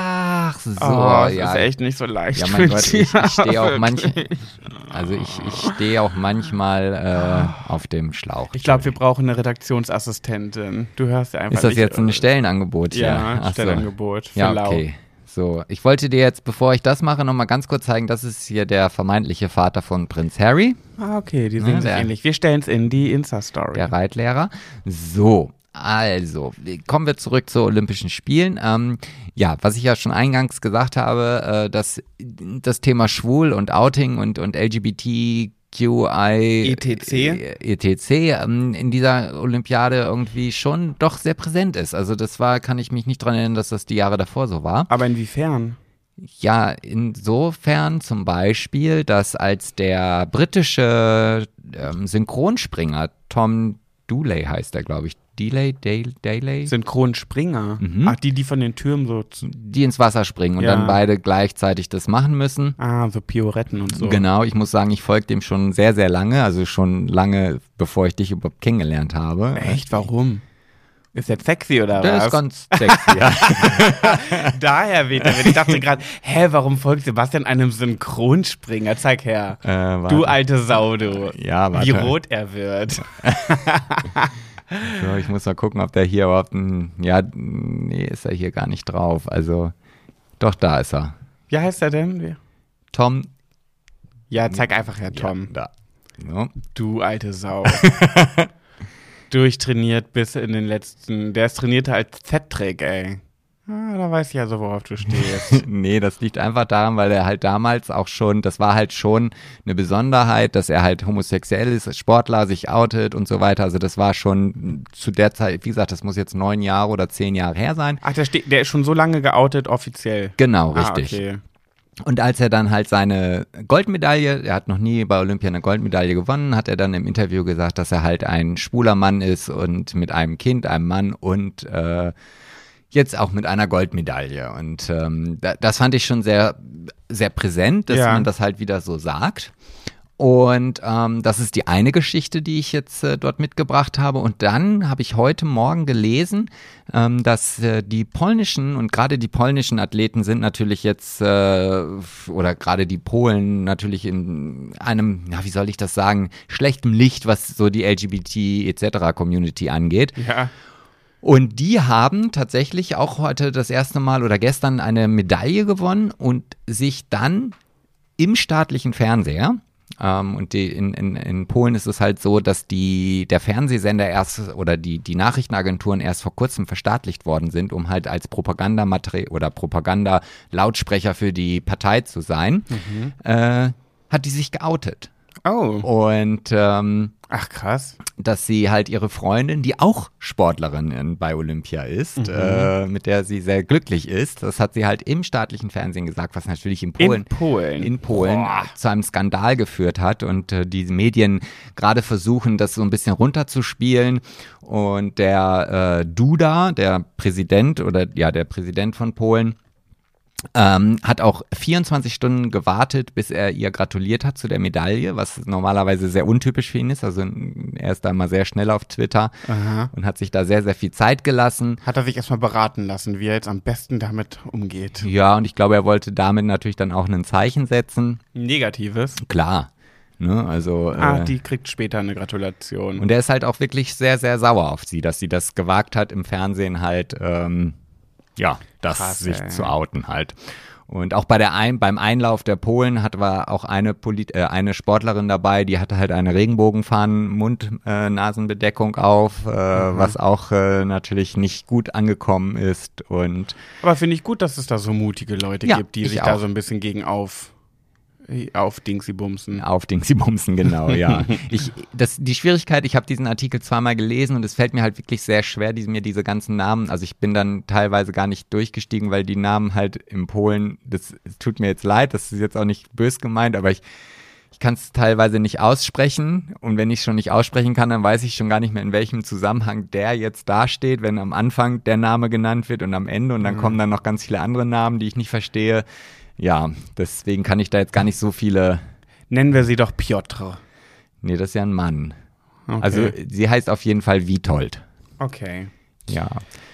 ach so, oh, das ja. ist echt nicht so leicht. Ja, mein Gott, ich, ich stehe auch Ja, manch, wirklich. also ich, ich stehe auch manchmal äh, auf dem Schlauch. Ich glaube, wir brauchen eine Redaktionsassistentin. Du hörst ja einfach Ist das nicht, jetzt ein äh, Stellenangebot hier? Ja, Ach so. Stellenangebot für Ja, Lau. okay. So, ich wollte dir jetzt, bevor ich das mache, nochmal ganz kurz zeigen, das ist hier der vermeintliche Vater von Prinz Harry, Ah, okay, die sehen Ja, sich der- ähnlich. Wir stellen es in die Insta-Story. der Reitlehrer. So, also, kommen wir zurück zu Olympischen Spielen. Ähm, ja, was ich ja schon eingangs gesagt habe, äh, dass das Thema Schwul und Outing und, und L G B T Q I E T C. E T C ähm, in dieser Olympiade irgendwie schon doch sehr präsent ist. Also das war, kann ich mich nicht dran erinnern, dass das die Jahre davor so war. Aber inwiefern? Ja, insofern zum Beispiel, dass als der britische ähm, Synchronspringer Tom Dooley heißt er, glaube ich, Delay, Dale, Daley, Synchronspringer. Mhm. Ach, die, die von den Türmen so. zu- die ins Wasser springen und Ja. dann beide gleichzeitig das machen müssen. Ah, so Pioretten und so. Genau, ich muss sagen, ich folge dem schon sehr, sehr lange, also schon lange, bevor ich dich überhaupt kennengelernt habe. Echt? Warum? Ist der sexy oder Der was? ist ganz sexy, ja. Daher weht er. Ich dachte gerade, hä, warum folgt Sebastian einem Synchronspringer? Zeig her. Äh, warte. Du alte Sau, du. Ja, warte. Wie rot er wird. So, ich muss mal gucken, ob der hier überhaupt ein, ja, nee, ist er hier gar nicht drauf. Also, doch, da ist er. Wie heißt er denn? Wie- Tom. Ja, zeig einfach her, Tom. Ja, da. So. Du alte Sau. Durchtrainiert bis in den letzten. Der ist trainierter als Z-Trick, ey. Ah, da weiß ich also, worauf du stehst. Nee, das liegt einfach daran, weil er halt damals auch schon, das war halt schon eine Besonderheit, dass er halt homosexuell ist, als Sportler, sich outet und so weiter. Also das war schon zu der Zeit, wie gesagt, das muss jetzt neun Jahre oder zehn Jahre her sein. Ach, der, steht, der ist schon so lange geoutet offiziell. Genau, Ah, richtig. okay. Und als er dann halt seine Goldmedaille, er hat noch nie bei Olympia eine Goldmedaille gewonnen, hat er dann im Interview gesagt, dass er halt ein schwuler Mann ist und mit einem Kind, einem Mann und äh, jetzt auch mit einer Goldmedaille. Und ähm, da, das fand ich schon sehr, sehr präsent, dass Ja. man das halt wieder so sagt. Und ähm, das ist die eine Geschichte, die ich jetzt äh, dort mitgebracht habe. Und dann habe ich heute Morgen gelesen, ähm, dass äh, die polnischen und gerade die polnischen Athleten sind natürlich jetzt, äh, oder gerade die Polen natürlich in einem, na, wie soll ich das sagen, schlechtem Licht, was so die L G B T et cetera Community angeht. Ja. Und die haben tatsächlich auch heute das erste Mal oder gestern eine Medaille gewonnen und sich dann im staatlichen Fernseher, ähm, und die, in, in, in Polen ist es halt so, dass die, der Fernsehsender erst oder die, die Nachrichtenagenturen erst vor kurzem verstaatlicht worden sind, um halt als Propagandamaterial oder Propagandalautsprecher für die Partei zu sein, mhm. äh, hat die sich geoutet. Oh. Und ähm, Ach, krass. dass sie halt ihre Freundin, die auch Sportlerin bei Olympia ist, mhm. äh, mit der sie sehr glücklich ist, das hat sie halt im staatlichen Fernsehen gesagt, was natürlich in Polen, In Polen, in Polen zu einem Skandal geführt hat und äh, die Medien gerade versuchen, das so ein bisschen runterzuspielen und der äh, Duda, der Präsident oder ja, der Präsident von Polen, Ähm, hat auch vierundzwanzig Stunden gewartet, bis er ihr gratuliert hat zu der Medaille, was normalerweise sehr untypisch für ihn ist. Also er ist da mal sehr schnell auf Twitter Aha. und hat sich da sehr, sehr viel Zeit gelassen. Hat er sich erstmal beraten lassen, wie er jetzt am besten damit umgeht. Ja, und ich glaube, er wollte damit natürlich dann auch ein Zeichen setzen. Negatives. Klar. Ne, also, Ah, äh, die kriegt später eine Gratulation. und er ist halt auch wirklich sehr, sehr sauer auf sie, dass sie das gewagt hat, im Fernsehen halt, ähm, ja, das Krass, sich ey. zu outen halt. Und auch bei der Ein beim Einlauf der Polen hat war auch eine, Polit äh, eine Sportlerin dabei, die hatte halt eine Regenbogenfahnen Mund-Nasenbedeckung äh, auf, äh, mhm. was auch äh, natürlich nicht gut angekommen ist. Und Aber finde ich gut, dass es da so mutige Leute Ja, gibt, die ich sich da auch. so ein bisschen gegen auf, auf Dingsy-Bumsen. Auf Dingsy-Bumsen, genau, ja. Ich, das, die Schwierigkeit, ich habe diesen Artikel zweimal gelesen und es fällt mir halt wirklich sehr schwer, die, mir diese ganzen Namen, also ich bin dann teilweise gar nicht durchgestiegen, weil die Namen halt in Polen, das es tut mir jetzt leid, das ist jetzt auch nicht bös gemeint, aber ich, ich kann es teilweise nicht aussprechen und wenn ich es schon nicht aussprechen kann, dann weiß ich schon gar nicht mehr, in welchem Zusammenhang der jetzt dasteht, wenn am Anfang der Name genannt wird und am Ende und dann Mhm. kommen dann noch ganz viele andere Namen, die ich nicht verstehe. Ja, deswegen kann ich da jetzt gar nicht so viele. Nennen wir sie doch Piotr. Nee, das ist ja ein Mann. Okay. Also sie heißt auf jeden Fall Witold. Okay. Ja.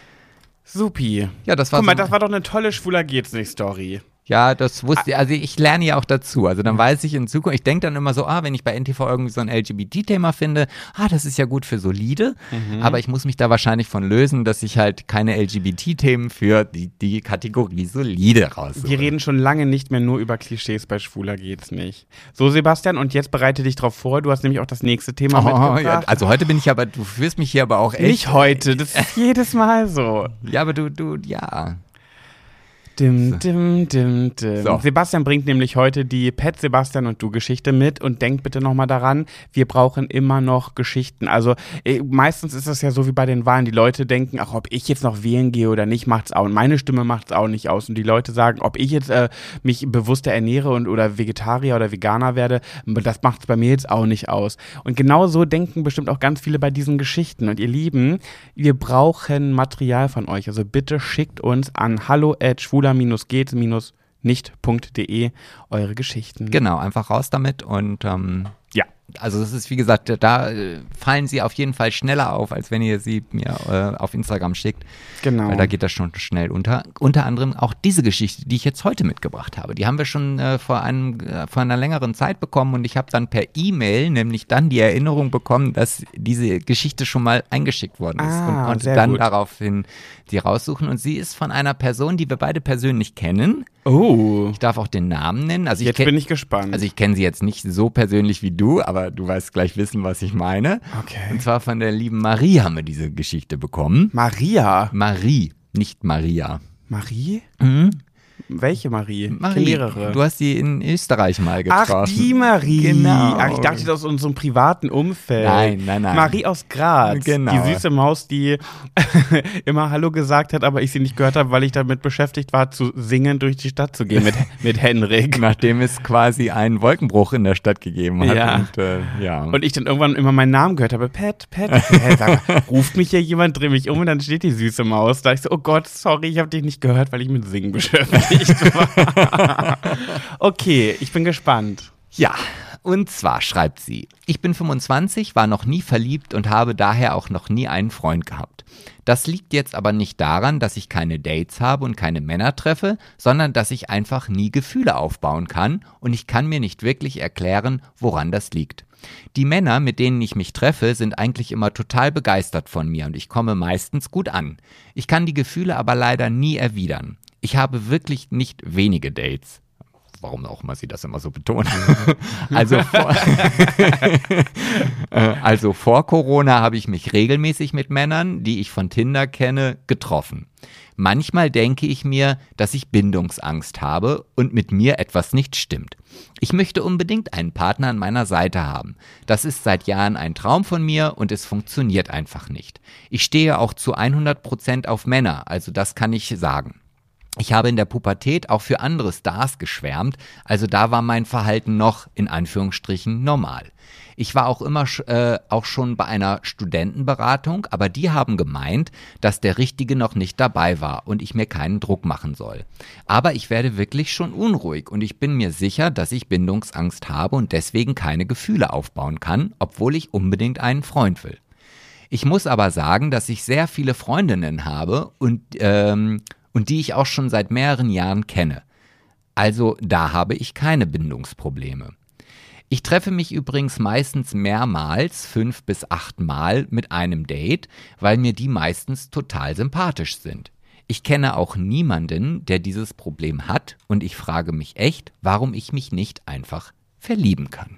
Supi. Ja, das war Guck mal, so, das war doch eine tolle Schwuler geht's nicht Story. Ja, das wusste ich. Also ich lerne ja auch dazu. Also dann weiß ich in Zukunft, ich denke dann immer so, ah, wenn ich bei N T V irgendwie so ein L G B T-Thema finde, ah, das ist ja gut für solide. Mhm. Aber ich muss mich da wahrscheinlich von lösen, dass ich halt keine L G B T-Themen für die, die Kategorie solide raussuche. Wir reden schon lange nicht mehr nur über Klischees, bei Schwuler geht's nicht. So, Sebastian, und jetzt bereite dich drauf vor, du hast nämlich auch das nächste Thema Oh, mitgebracht. ja, also heute bin ich aber, du führst mich hier aber auch echt. Nicht heute, das ist jedes Mal so. Ja, aber du, du, ja. Dim, dim, dim, dim. So. Sebastian bringt nämlich heute die Pet Sebastian und du Geschichte mit und denkt bitte nochmal daran, wir brauchen immer noch Geschichten. Also äh, meistens ist es ja so wie bei den Wahlen, die Leute denken, ach, ob ich jetzt noch wählen gehe oder nicht, macht's auch. Und meine Stimme macht's auch nicht aus. Und die Leute sagen, ob ich jetzt äh, mich bewusster ernähre und oder Vegetarier oder Veganer werde, das macht's bei mir jetzt auch nicht aus. Und genau so denken bestimmt auch ganz viele bei diesen Geschichten. Und ihr Lieben, wir brauchen Material von euch. Also bitte schickt uns an hallo at schwuler geht nicht punkt de eure Geschichten. Genau, einfach raus damit und ähm, Ja. Also das ist, wie gesagt, da äh, fallen sie auf jeden Fall schneller auf, als wenn ihr sie mir äh, auf Instagram schickt. Genau. Weil da geht das schon schnell unter. Unter anderem auch diese Geschichte, die ich jetzt heute mitgebracht habe. Die haben wir schon äh, vor, einem, äh, vor einer längeren Zeit bekommen und ich habe dann per E-Mail nämlich dann die Erinnerung bekommen, dass diese Geschichte schon mal eingeschickt worden ist Ah, und konnte sehr dann gut. daraufhin sie raussuchen. Und sie ist von einer Person, die wir beide persönlich kennen. Oh, Ich darf auch den Namen nennen. Also ich jetzt kenn- bin ich gespannt. Also ich kenne sie jetzt nicht so persönlich wie du, aber du weißt gleich wissen, was ich meine. Okay. Und zwar von der lieben Marie haben wir diese Geschichte bekommen. Maria. Marie, nicht Maria. Marie? Mhm. Welche Marie? Marie, Ich kenn mehrere. du hast die in Österreich mal getroffen. Ach, die Marie. Genau. Ach, ich dachte, das aus unserem privaten Umfeld. Nein, nein, nein. Marie aus Graz. Genau. Die süße Maus, die immer Hallo gesagt hat, aber ich sie nicht gehört habe, weil ich damit beschäftigt war, zu singen, durch die Stadt zu gehen mit, mit Henrik. Nachdem es quasi einen Wolkenbruch in der Stadt gegeben hat. Ja. Und, äh, ja. Und ich dann irgendwann immer meinen Namen gehört habe. Pat, Pat. Hä, sag mal, ruft mich hier jemand, dreh mich um und dann steht die süße Maus. Da ich so, oh Gott, sorry, ich habe dich nicht gehört, weil ich mit Singen beschäftigt war. Okay, ich bin gespannt. Ja, und zwar schreibt sie: Ich bin fünfundzwanzig, war noch nie verliebt und habe daher auch noch nie einen Freund gehabt. Das liegt jetzt aber nicht daran, dass ich keine Dates habe und keine Männer treffe, sondern dass ich einfach nie Gefühle aufbauen kann und ich kann mir nicht wirklich erklären, woran das liegt. Die Männer, mit denen ich mich treffe, sind eigentlich immer total begeistert von mir und ich komme meistens gut an. Ich kann die Gefühle aber leider nie erwidern. Ich habe wirklich nicht wenige Dates. Warum auch immer sie das immer so betonen. Also vor, also vor Corona habe ich mich regelmäßig mit Männern, die ich von Tinder kenne, getroffen. Manchmal denke ich mir, dass ich Bindungsangst habe und mit mir etwas nicht stimmt. Ich möchte unbedingt einen Partner an meiner Seite haben. Das ist seit Jahren ein Traum von mir und es funktioniert einfach nicht. Ich stehe auch zu hundert Prozent auf Männer, also das kann ich sagen. Ich habe in der Pubertät auch für andere Stars geschwärmt, also da war mein Verhalten noch, in Anführungsstrichen, normal. Ich war auch immer äh, auch schon bei einer Studentenberatung, aber die haben gemeint, dass der Richtige noch nicht dabei war und ich mir keinen Druck machen soll. Aber ich werde wirklich schon unruhig und ich bin mir sicher, dass ich Bindungsangst habe und deswegen keine Gefühle aufbauen kann, obwohl ich unbedingt einen Freund will. Ich muss aber sagen, dass ich sehr viele Freundinnen habe und ähm, und die ich auch schon seit mehreren Jahren kenne. Also da habe ich keine Bindungsprobleme. Ich treffe mich übrigens meistens mehrmals, fünf bis acht Mal mit einem Date, weil mir die meistens total sympathisch sind. Ich kenne auch niemanden, der dieses Problem hat und ich frage mich echt, warum ich mich nicht einfach verlieben kann.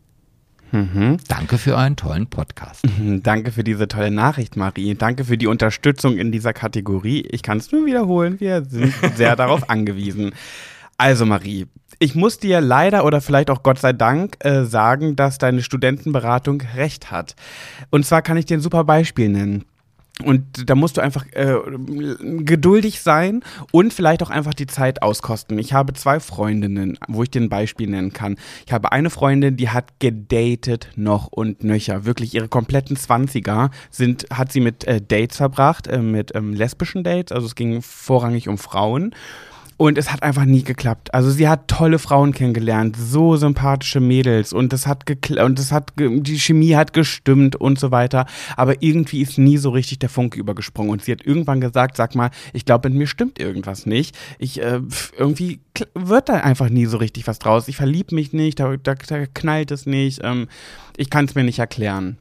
Mhm. Danke für euren tollen Podcast. Mhm, danke für diese tolle Nachricht, Marie. Danke für die Unterstützung in dieser Kategorie. Ich kann es nur wiederholen, wir sind sehr darauf angewiesen. Also Marie, ich muss dir leider oder vielleicht auch Gott sei Dank äh, sagen, dass deine Studentenberatung recht hat. Und zwar kann ich dir ein super Beispiel nennen. Und da musst du einfach äh, geduldig sein und vielleicht auch einfach die Zeit auskosten. Ich habe zwei Freundinnen, wo ich dir ein Beispiel nennen kann. Ich habe eine Freundin, die hat gedatet noch und nöcher. Wirklich ihre kompletten Zwanziger sind, hat sie mit äh, Dates verbracht, äh, mit ähm, lesbischen Dates. Also es ging vorrangig um Frauen. Und es hat einfach nie geklappt. Also sie hat tolle Frauen kennengelernt, so sympathische Mädels und das hat gekl- und das hat ge- die Chemie hat gestimmt und so weiter. Aber irgendwie ist nie so richtig der Funke übergesprungen und sie hat irgendwann gesagt, sag mal, ich glaube, mit mir stimmt irgendwas nicht. Ich äh, irgendwie kl- wird da einfach nie so richtig was draus. Ich verlieb mich nicht, da, da, da knallt es nicht. Ähm, ich kann es mir nicht erklären.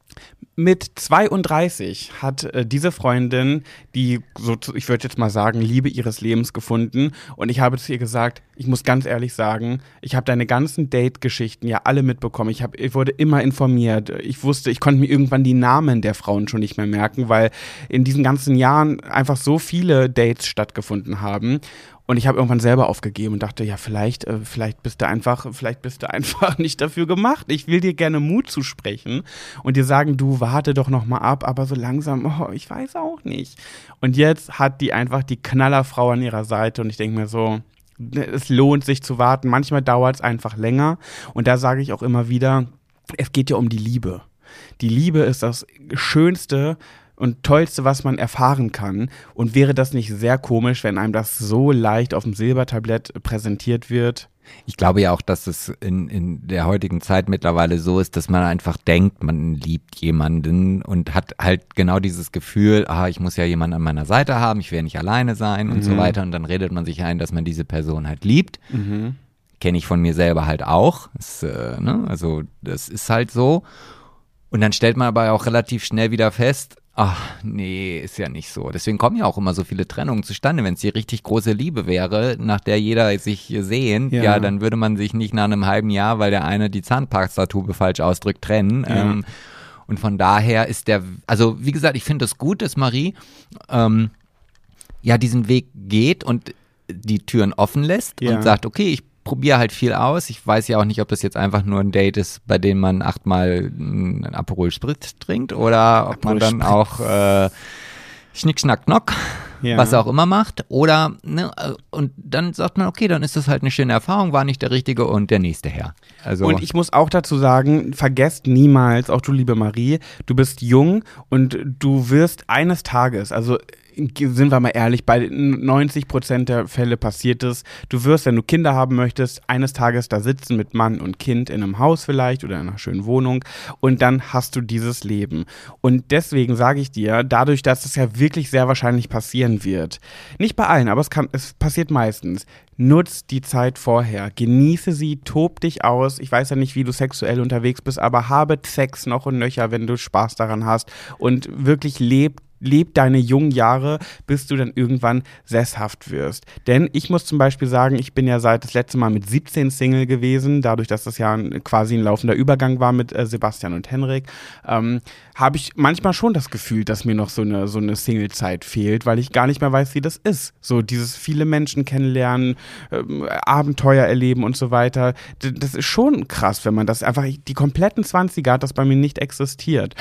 Mit zweiunddreißig hat äh, diese Freundin die, so, ich würde jetzt mal sagen, Liebe ihres Lebens gefunden und ich habe zu ihr gesagt, ich muss ganz ehrlich sagen, ich habe deine ganzen Date-Geschichten ja alle mitbekommen, ich, hab, ich wurde immer informiert, ich wusste, ich konnte mir irgendwann die Namen der Frauen schon nicht mehr merken, weil in diesen ganzen Jahren einfach so viele Dates stattgefunden haben. Und ich habe irgendwann selber aufgegeben und dachte, ja, vielleicht, äh, vielleicht bist du einfach, vielleicht bist du einfach nicht dafür gemacht. Ich will dir gerne Mut zusprechen und dir sagen, du warte doch noch mal ab, aber so langsam, oh, ich weiß auch nicht. Und jetzt hat die einfach die Knallerfrau an ihrer Seite und ich denke mir so, es lohnt sich zu warten. Manchmal dauert es einfach länger und da sage ich auch immer wieder, es geht ja um die Liebe. Die Liebe ist das Schönste und Tollste, was man erfahren kann. Und wäre das nicht sehr komisch, wenn einem das so leicht auf dem Silbertablett präsentiert wird? Ich glaube ja auch, dass es in, in der heutigen Zeit mittlerweile so ist, dass man einfach denkt, man liebt jemanden und hat halt genau dieses Gefühl, ah, ich muss ja jemanden an meiner Seite haben, ich will nicht alleine sein und mhm. so weiter. Und dann redet man sich ein, dass man diese Person halt liebt. Mhm. Kenne ich von mir selber halt auch. Das, äh, ne? Also das ist halt so. Und dann stellt man aber auch relativ schnell wieder fest, ach, nee, ist ja nicht so. Deswegen kommen ja auch immer so viele Trennungen zustande. Wenn es die richtig große Liebe wäre, nach der jeder sich sehnt, ja. ja, dann würde man sich nicht nach einem halben Jahr, weil der eine die Zahnpastatube falsch ausdrückt, trennen. Ja. Ähm, und von daher ist der, also wie gesagt, ich finde es gut, dass Marie ähm, ja diesen Weg geht und die Türen offen lässt Ja. und sagt, okay, ich probiere halt viel aus. Ich weiß ja auch nicht, ob das jetzt einfach nur ein Date ist, bei dem man achtmal einen Aperol Spritz trinkt oder ob man dann auch äh, Schnick, Schnack, Knock, Ja. was er auch immer macht. Oder, ne, und dann sagt man, okay, dann ist das halt eine schöne Erfahrung, war nicht der Richtige und der nächste her. Also, Und ich muss auch dazu sagen, vergesst niemals, auch du liebe Marie, du bist jung und du wirst eines Tages, also sind wir mal ehrlich, bei neunzig Prozent der Fälle passiert es, du wirst, wenn du Kinder haben möchtest, eines Tages da sitzen mit Mann und Kind in einem Haus vielleicht oder in einer schönen Wohnung und dann hast du dieses Leben. Und deswegen sage ich dir, dadurch, dass es ja wirklich sehr wahrscheinlich passieren wird, nicht bei allen, aber es, kann, es passiert meistens, nutz die Zeit vorher, genieße sie, tob dich aus. Ich weiß ja nicht, wie du sexuell unterwegs bist, aber habe Sex noch und nöcher, wenn du Spaß daran hast und wirklich leb Leb deine jungen Jahre, bis du dann irgendwann sesshaft wirst. Denn ich muss zum Beispiel sagen, ich bin ja seit das letzte Mal mit siebzehn Single gewesen, dadurch, dass das ja ein, quasi ein laufender Übergang war mit äh, Sebastian und Henrik, ähm, habe ich manchmal schon das Gefühl, dass mir noch so eine, so eine Single-Zeit fehlt, weil ich gar nicht mehr weiß, wie das ist. So dieses viele Menschen kennenlernen, ähm, Abenteuer erleben und so weiter. D- das ist schon krass, wenn man das einfach, die kompletten zwanziger hat das bei mir nicht existiert.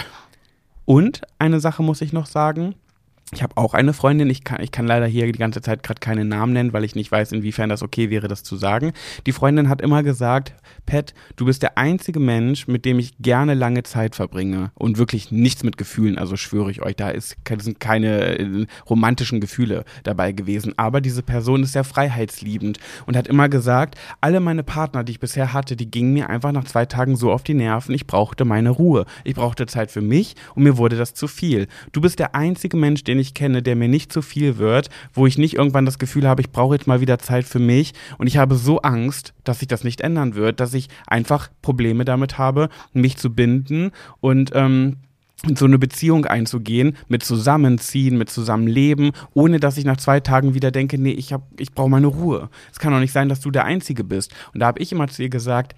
Und eine Sache muss ich noch sagen, ich habe auch eine Freundin, ich kann, ich kann leider hier die ganze Zeit gerade keinen Namen nennen, weil ich nicht weiß, inwiefern das okay wäre, das zu sagen. Die Freundin hat immer gesagt, Pat, du bist der einzige Mensch, mit dem ich gerne lange Zeit verbringe und wirklich nichts mit Gefühlen, also schwöre ich euch, da ist, sind keine äh, romantischen Gefühle dabei gewesen, aber diese Person ist sehr freiheitsliebend und hat immer gesagt, alle meine Partner, die ich bisher hatte, die gingen mir einfach nach zwei Tagen so auf die Nerven, ich brauchte meine Ruhe, ich brauchte Zeit für mich und mir wurde das zu viel. Du bist der einzige Mensch, den ich kenne, der mir nicht zu viel wird, wo ich nicht irgendwann das Gefühl habe, ich brauche jetzt mal wieder Zeit für mich und ich habe so Angst, dass sich das nicht ändern wird, dass ich einfach Probleme damit habe, mich zu binden und ähm, in so eine Beziehung einzugehen, mit Zusammenziehen, mit Zusammenleben, ohne dass ich nach zwei Tagen wieder denke, nee, ich, hab, ich brauche meine Ruhe. Es kann doch nicht sein, dass du der Einzige bist. Und da habe ich immer zu ihr gesagt,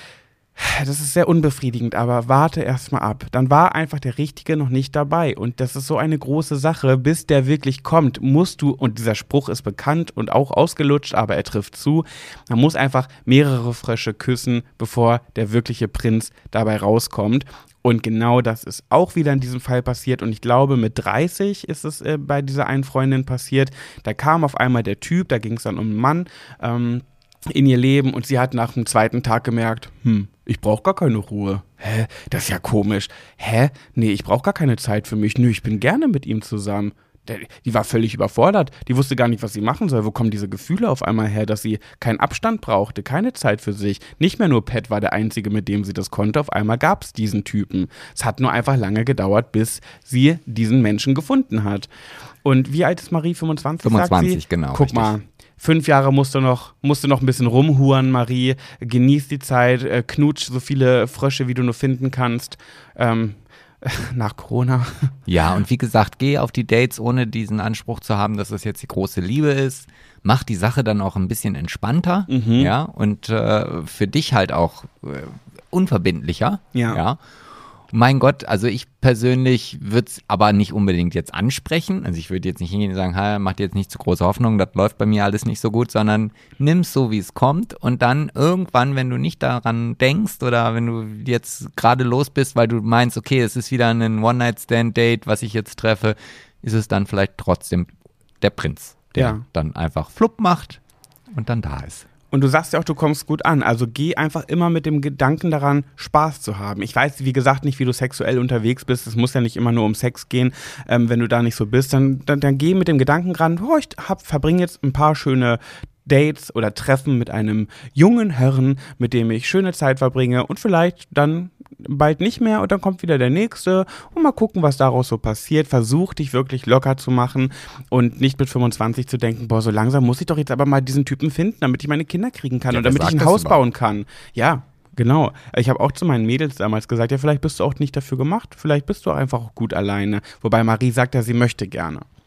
das ist sehr unbefriedigend, aber warte erst mal ab. Dann war einfach der Richtige noch nicht dabei. Und das ist so eine große Sache, bis der wirklich kommt, musst du, und dieser Spruch ist bekannt und auch ausgelutscht, aber er trifft zu, man muss einfach mehrere Frösche küssen, bevor der wirkliche Prinz dabei rauskommt. Und genau das ist auch wieder in diesem Fall passiert. Und ich glaube, mit dreißig ist es äh, bei dieser einen Freundin passiert. Da kam auf einmal der Typ, da ging es dann um einen Mann, ähm, in ihr Leben und sie hat nach dem zweiten Tag gemerkt, hm, ich brauche gar keine Ruhe. Hä? Das ist ja komisch. Hä? Nee, ich brauche gar keine Zeit für mich. Nö, ich bin gerne mit ihm zusammen. Der, die war völlig überfordert. Die wusste gar nicht, was sie machen soll. Wo kommen diese Gefühle auf einmal her, dass sie keinen Abstand brauchte, keine Zeit für sich. Nicht mehr nur Pat war der Einzige, mit dem sie das konnte. Auf einmal gab es diesen Typen. Es hat nur einfach lange gedauert, bis sie diesen Menschen gefunden hat. Und wie alt ist Marie? fünfundzwanzig, fünfundzwanzig, sagt sie? genau. Guck richtig. mal. Fünf Jahre musst du noch, musst du noch ein bisschen rumhuren, Marie. Genieß die Zeit, äh, knutsch so viele Frösche, wie du nur finden kannst. Ähm, nach Corona. Ja, und wie gesagt, geh auf die Dates, ohne diesen Anspruch zu haben, dass das jetzt die große Liebe ist. Mach die Sache dann auch ein bisschen entspannter, Mhm. ja, und äh, für dich halt auch äh, unverbindlicher. Ja. ja. Mein Gott, also ich persönlich würde es aber nicht unbedingt jetzt ansprechen. Also ich würde jetzt nicht hingehen und sagen, ha, mach dir jetzt nicht zu große Hoffnung, das läuft bei mir alles nicht so gut, sondern nimm's so, wie es kommt und dann irgendwann, wenn du nicht daran denkst oder wenn du jetzt gerade los bist, weil du meinst, okay, es ist wieder ein One-Night-Stand-Date, was ich jetzt treffe, ist es dann vielleicht trotzdem der Prinz, der Ja. dann einfach flupp macht und dann da ist. Und du sagst ja auch, du kommst gut an. Also geh einfach immer mit dem Gedanken daran, Spaß zu haben. Ich weiß, wie gesagt, nicht, wie du sexuell unterwegs bist. Es muss ja nicht immer nur um Sex gehen. Ähm, wenn du da nicht so bist, dann, dann, dann geh mit dem Gedanken ran, oh, ich hab, verbring jetzt ein paar schöne Dates oder Treffen mit einem jungen Herrn, mit dem ich schöne Zeit verbringe und vielleicht dann bald nicht mehr und dann kommt wieder der nächste und mal gucken, was daraus so passiert. Versuch dich wirklich locker zu machen und nicht mit fünfundzwanzig zu denken, boah, so langsam muss ich doch jetzt aber mal diesen Typen finden, damit ich meine Kinder kriegen kann Ja, und wer damit ich sagt ein das Haus überhaupt? bauen kann. Ja, genau. Ich habe auch zu meinen Mädels damals gesagt, ja, vielleicht bist du auch nicht dafür gemacht, vielleicht bist du auch einfach auch gut alleine. Wobei Marie sagt ja, sie möchte gerne.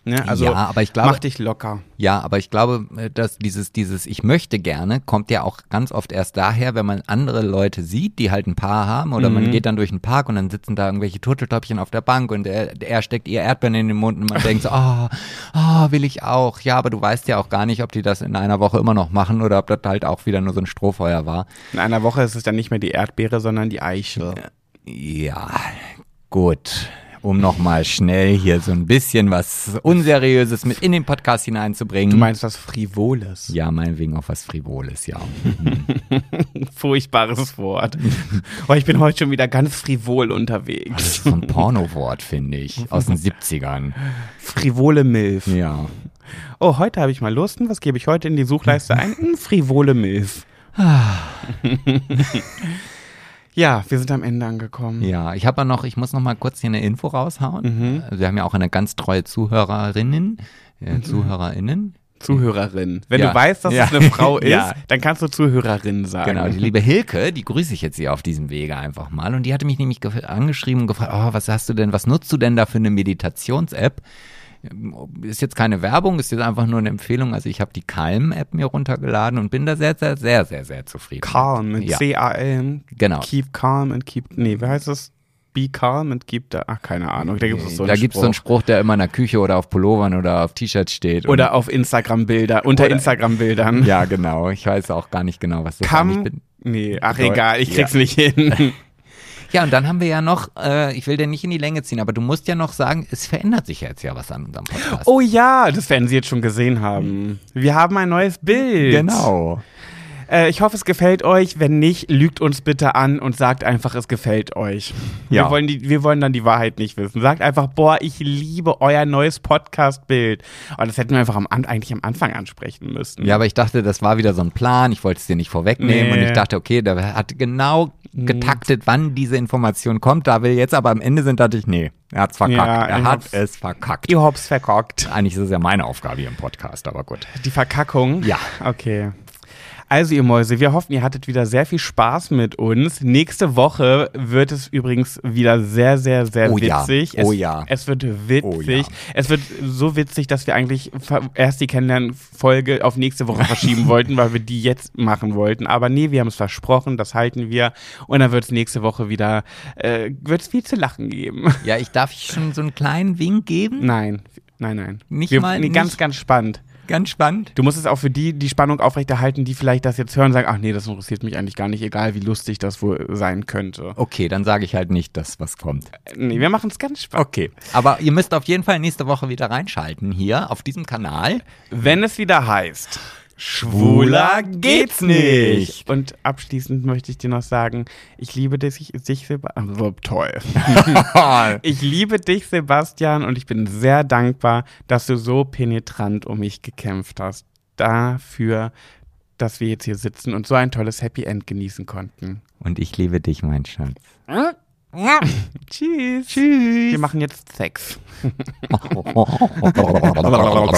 Ne? Also ja, aber ich glaube, mach dich locker. Ja, aber ich glaube, dass dieses, dieses Ich möchte gerne kommt ja auch ganz oft erst daher, wenn man andere Leute sieht, die halt ein Paar haben oder mhm. man geht dann durch den Park und dann sitzen da irgendwelche Turteltäubchen auf der Bank und er, er steckt ihr Erdbeeren in den Mund und man denkt so, oh, oh, will ich auch. Ja, aber du weißt ja auch gar nicht, ob die das in einer Woche immer noch machen oder ob das halt auch wieder nur so ein Strohfeuer war. In einer Woche ist es dann nicht mehr die Erdbeere, sondern die Eichel. Ja, gut. Um nochmal schnell hier so ein bisschen was Unseriöses mit in den Podcast hineinzubringen. Du meinst was Frivoles? Ja, meinetwegen auch was Frivoles, ja. Furchtbares Wort. Oh, ich bin heute schon wieder ganz frivol unterwegs. Das ist so ein Pornowort, finde ich, aus den siebzigern. Frivole Milf. Ja. Oh, heute habe ich mal Lust. Was gebe ich heute in die Suchleiste ein? Frivole Milf. Ja, wir sind am Ende angekommen. Ja, ich habe noch, ich muss noch mal kurz hier eine Info raushauen. Mhm. Wir haben ja auch eine ganz treue Zuhörerinnen, äh, mhm. Zuhörerinnen. Zuhörerin. Wenn ja. du weißt, dass ja. es eine Frau ist, ja. dann kannst du Zuhörerin sagen. Genau, die liebe Hilke, die grüße ich jetzt hier auf diesem Wege einfach mal. Und die hatte mich nämlich ge- angeschrieben und gefragt, oh, was hast du denn, was nutzt du denn da für eine Meditations-App? Ist jetzt keine Werbung, ist jetzt einfach nur eine Empfehlung. Also ich habe die Calm-App mir runtergeladen und bin da sehr, sehr, sehr, sehr, sehr zufrieden. Calm, mit ja. C A L. Genau. Keep calm and keep, nee, wie heißt das? Be calm and keep, da, ach, keine Ahnung. Da gibt es so einen Da gibt es so einen Spruch, der immer in der Küche oder auf Pullovern oder auf T-Shirts steht. Oder auf Instagram-Bilder, unter Instagram-Bildern. Ja, genau. Ich weiß auch gar nicht genau, was das Calm, ist. Nee, ach egal, ich krieg's ja. nicht hin. Ja, und dann haben wir ja noch, äh, ich will den nicht in die Länge ziehen, aber du musst ja noch sagen, es verändert sich jetzt ja was an unserem Podcast. Oh ja, das werden Sie jetzt schon gesehen haben. Wir haben ein neues Bild. Genau. Äh, ich hoffe, es gefällt euch. Wenn nicht, lügt uns bitte an und sagt einfach, es gefällt euch. Ja. Wir wollen, die, wir wollen dann die Wahrheit nicht wissen. Sagt einfach, boah, ich liebe euer neues Podcast-Bild. Und das hätten wir einfach am, eigentlich am Anfang ansprechen müssen. Ja, aber ich dachte, das war wieder so ein Plan. Ich wollte es dir nicht vorwegnehmen. Nee. Und ich dachte, okay, der hat genau getaktet, wann diese Information kommt. Da wir jetzt aber am Ende sind, dachte ich, nee, er hat's verkackt. Ja, er hat es verkackt. Ihr habt's verkackt. Eigentlich ist es ja meine Aufgabe hier im Podcast, aber gut. Die Verkackung? Ja. Okay. Also ihr Mäuse, wir hoffen, ihr hattet wieder sehr viel Spaß mit uns. Nächste Woche wird es übrigens wieder sehr, sehr, sehr oh witzig. Ja. Oh es, ja. Es wird witzig. Oh ja. Es wird so witzig, dass wir eigentlich erst die Kennenlernfolge auf nächste Woche verschieben wollten, weil wir die jetzt machen wollten. Aber nee, wir haben es versprochen, das halten wir. Und dann wird es nächste Woche wieder, äh, wird es viel zu lachen geben. Ja, ich darf schon so einen kleinen Wink geben? Nein, nein, nein. Nicht wir, mal, nee, ganz, nicht? ganz spannend. Ganz spannend. Du musst es auch für die, die Spannung aufrechterhalten, die vielleicht das jetzt hören und sagen, ach nee, das interessiert mich eigentlich gar nicht, egal wie lustig das wohl sein könnte. Okay, dann sage ich halt nicht das, was kommt. Nee, wir machen es ganz spannend. Okay, aber ihr müsst auf jeden Fall nächste Woche wieder reinschalten hier auf diesem Kanal. Wenn es wieder heißt, schwuler geht's nicht. Und abschließend möchte ich dir noch sagen, ich liebe dich, dich Sebastian. Also, toll. Ich liebe dich, Sebastian, und ich bin sehr dankbar, dass du so penetrant um mich gekämpft hast. Dafür, dass wir jetzt hier sitzen und so ein tolles Happy End genießen konnten. Und ich liebe dich, mein Schatz. Tschüss. Tschüss. Wir machen jetzt Sex.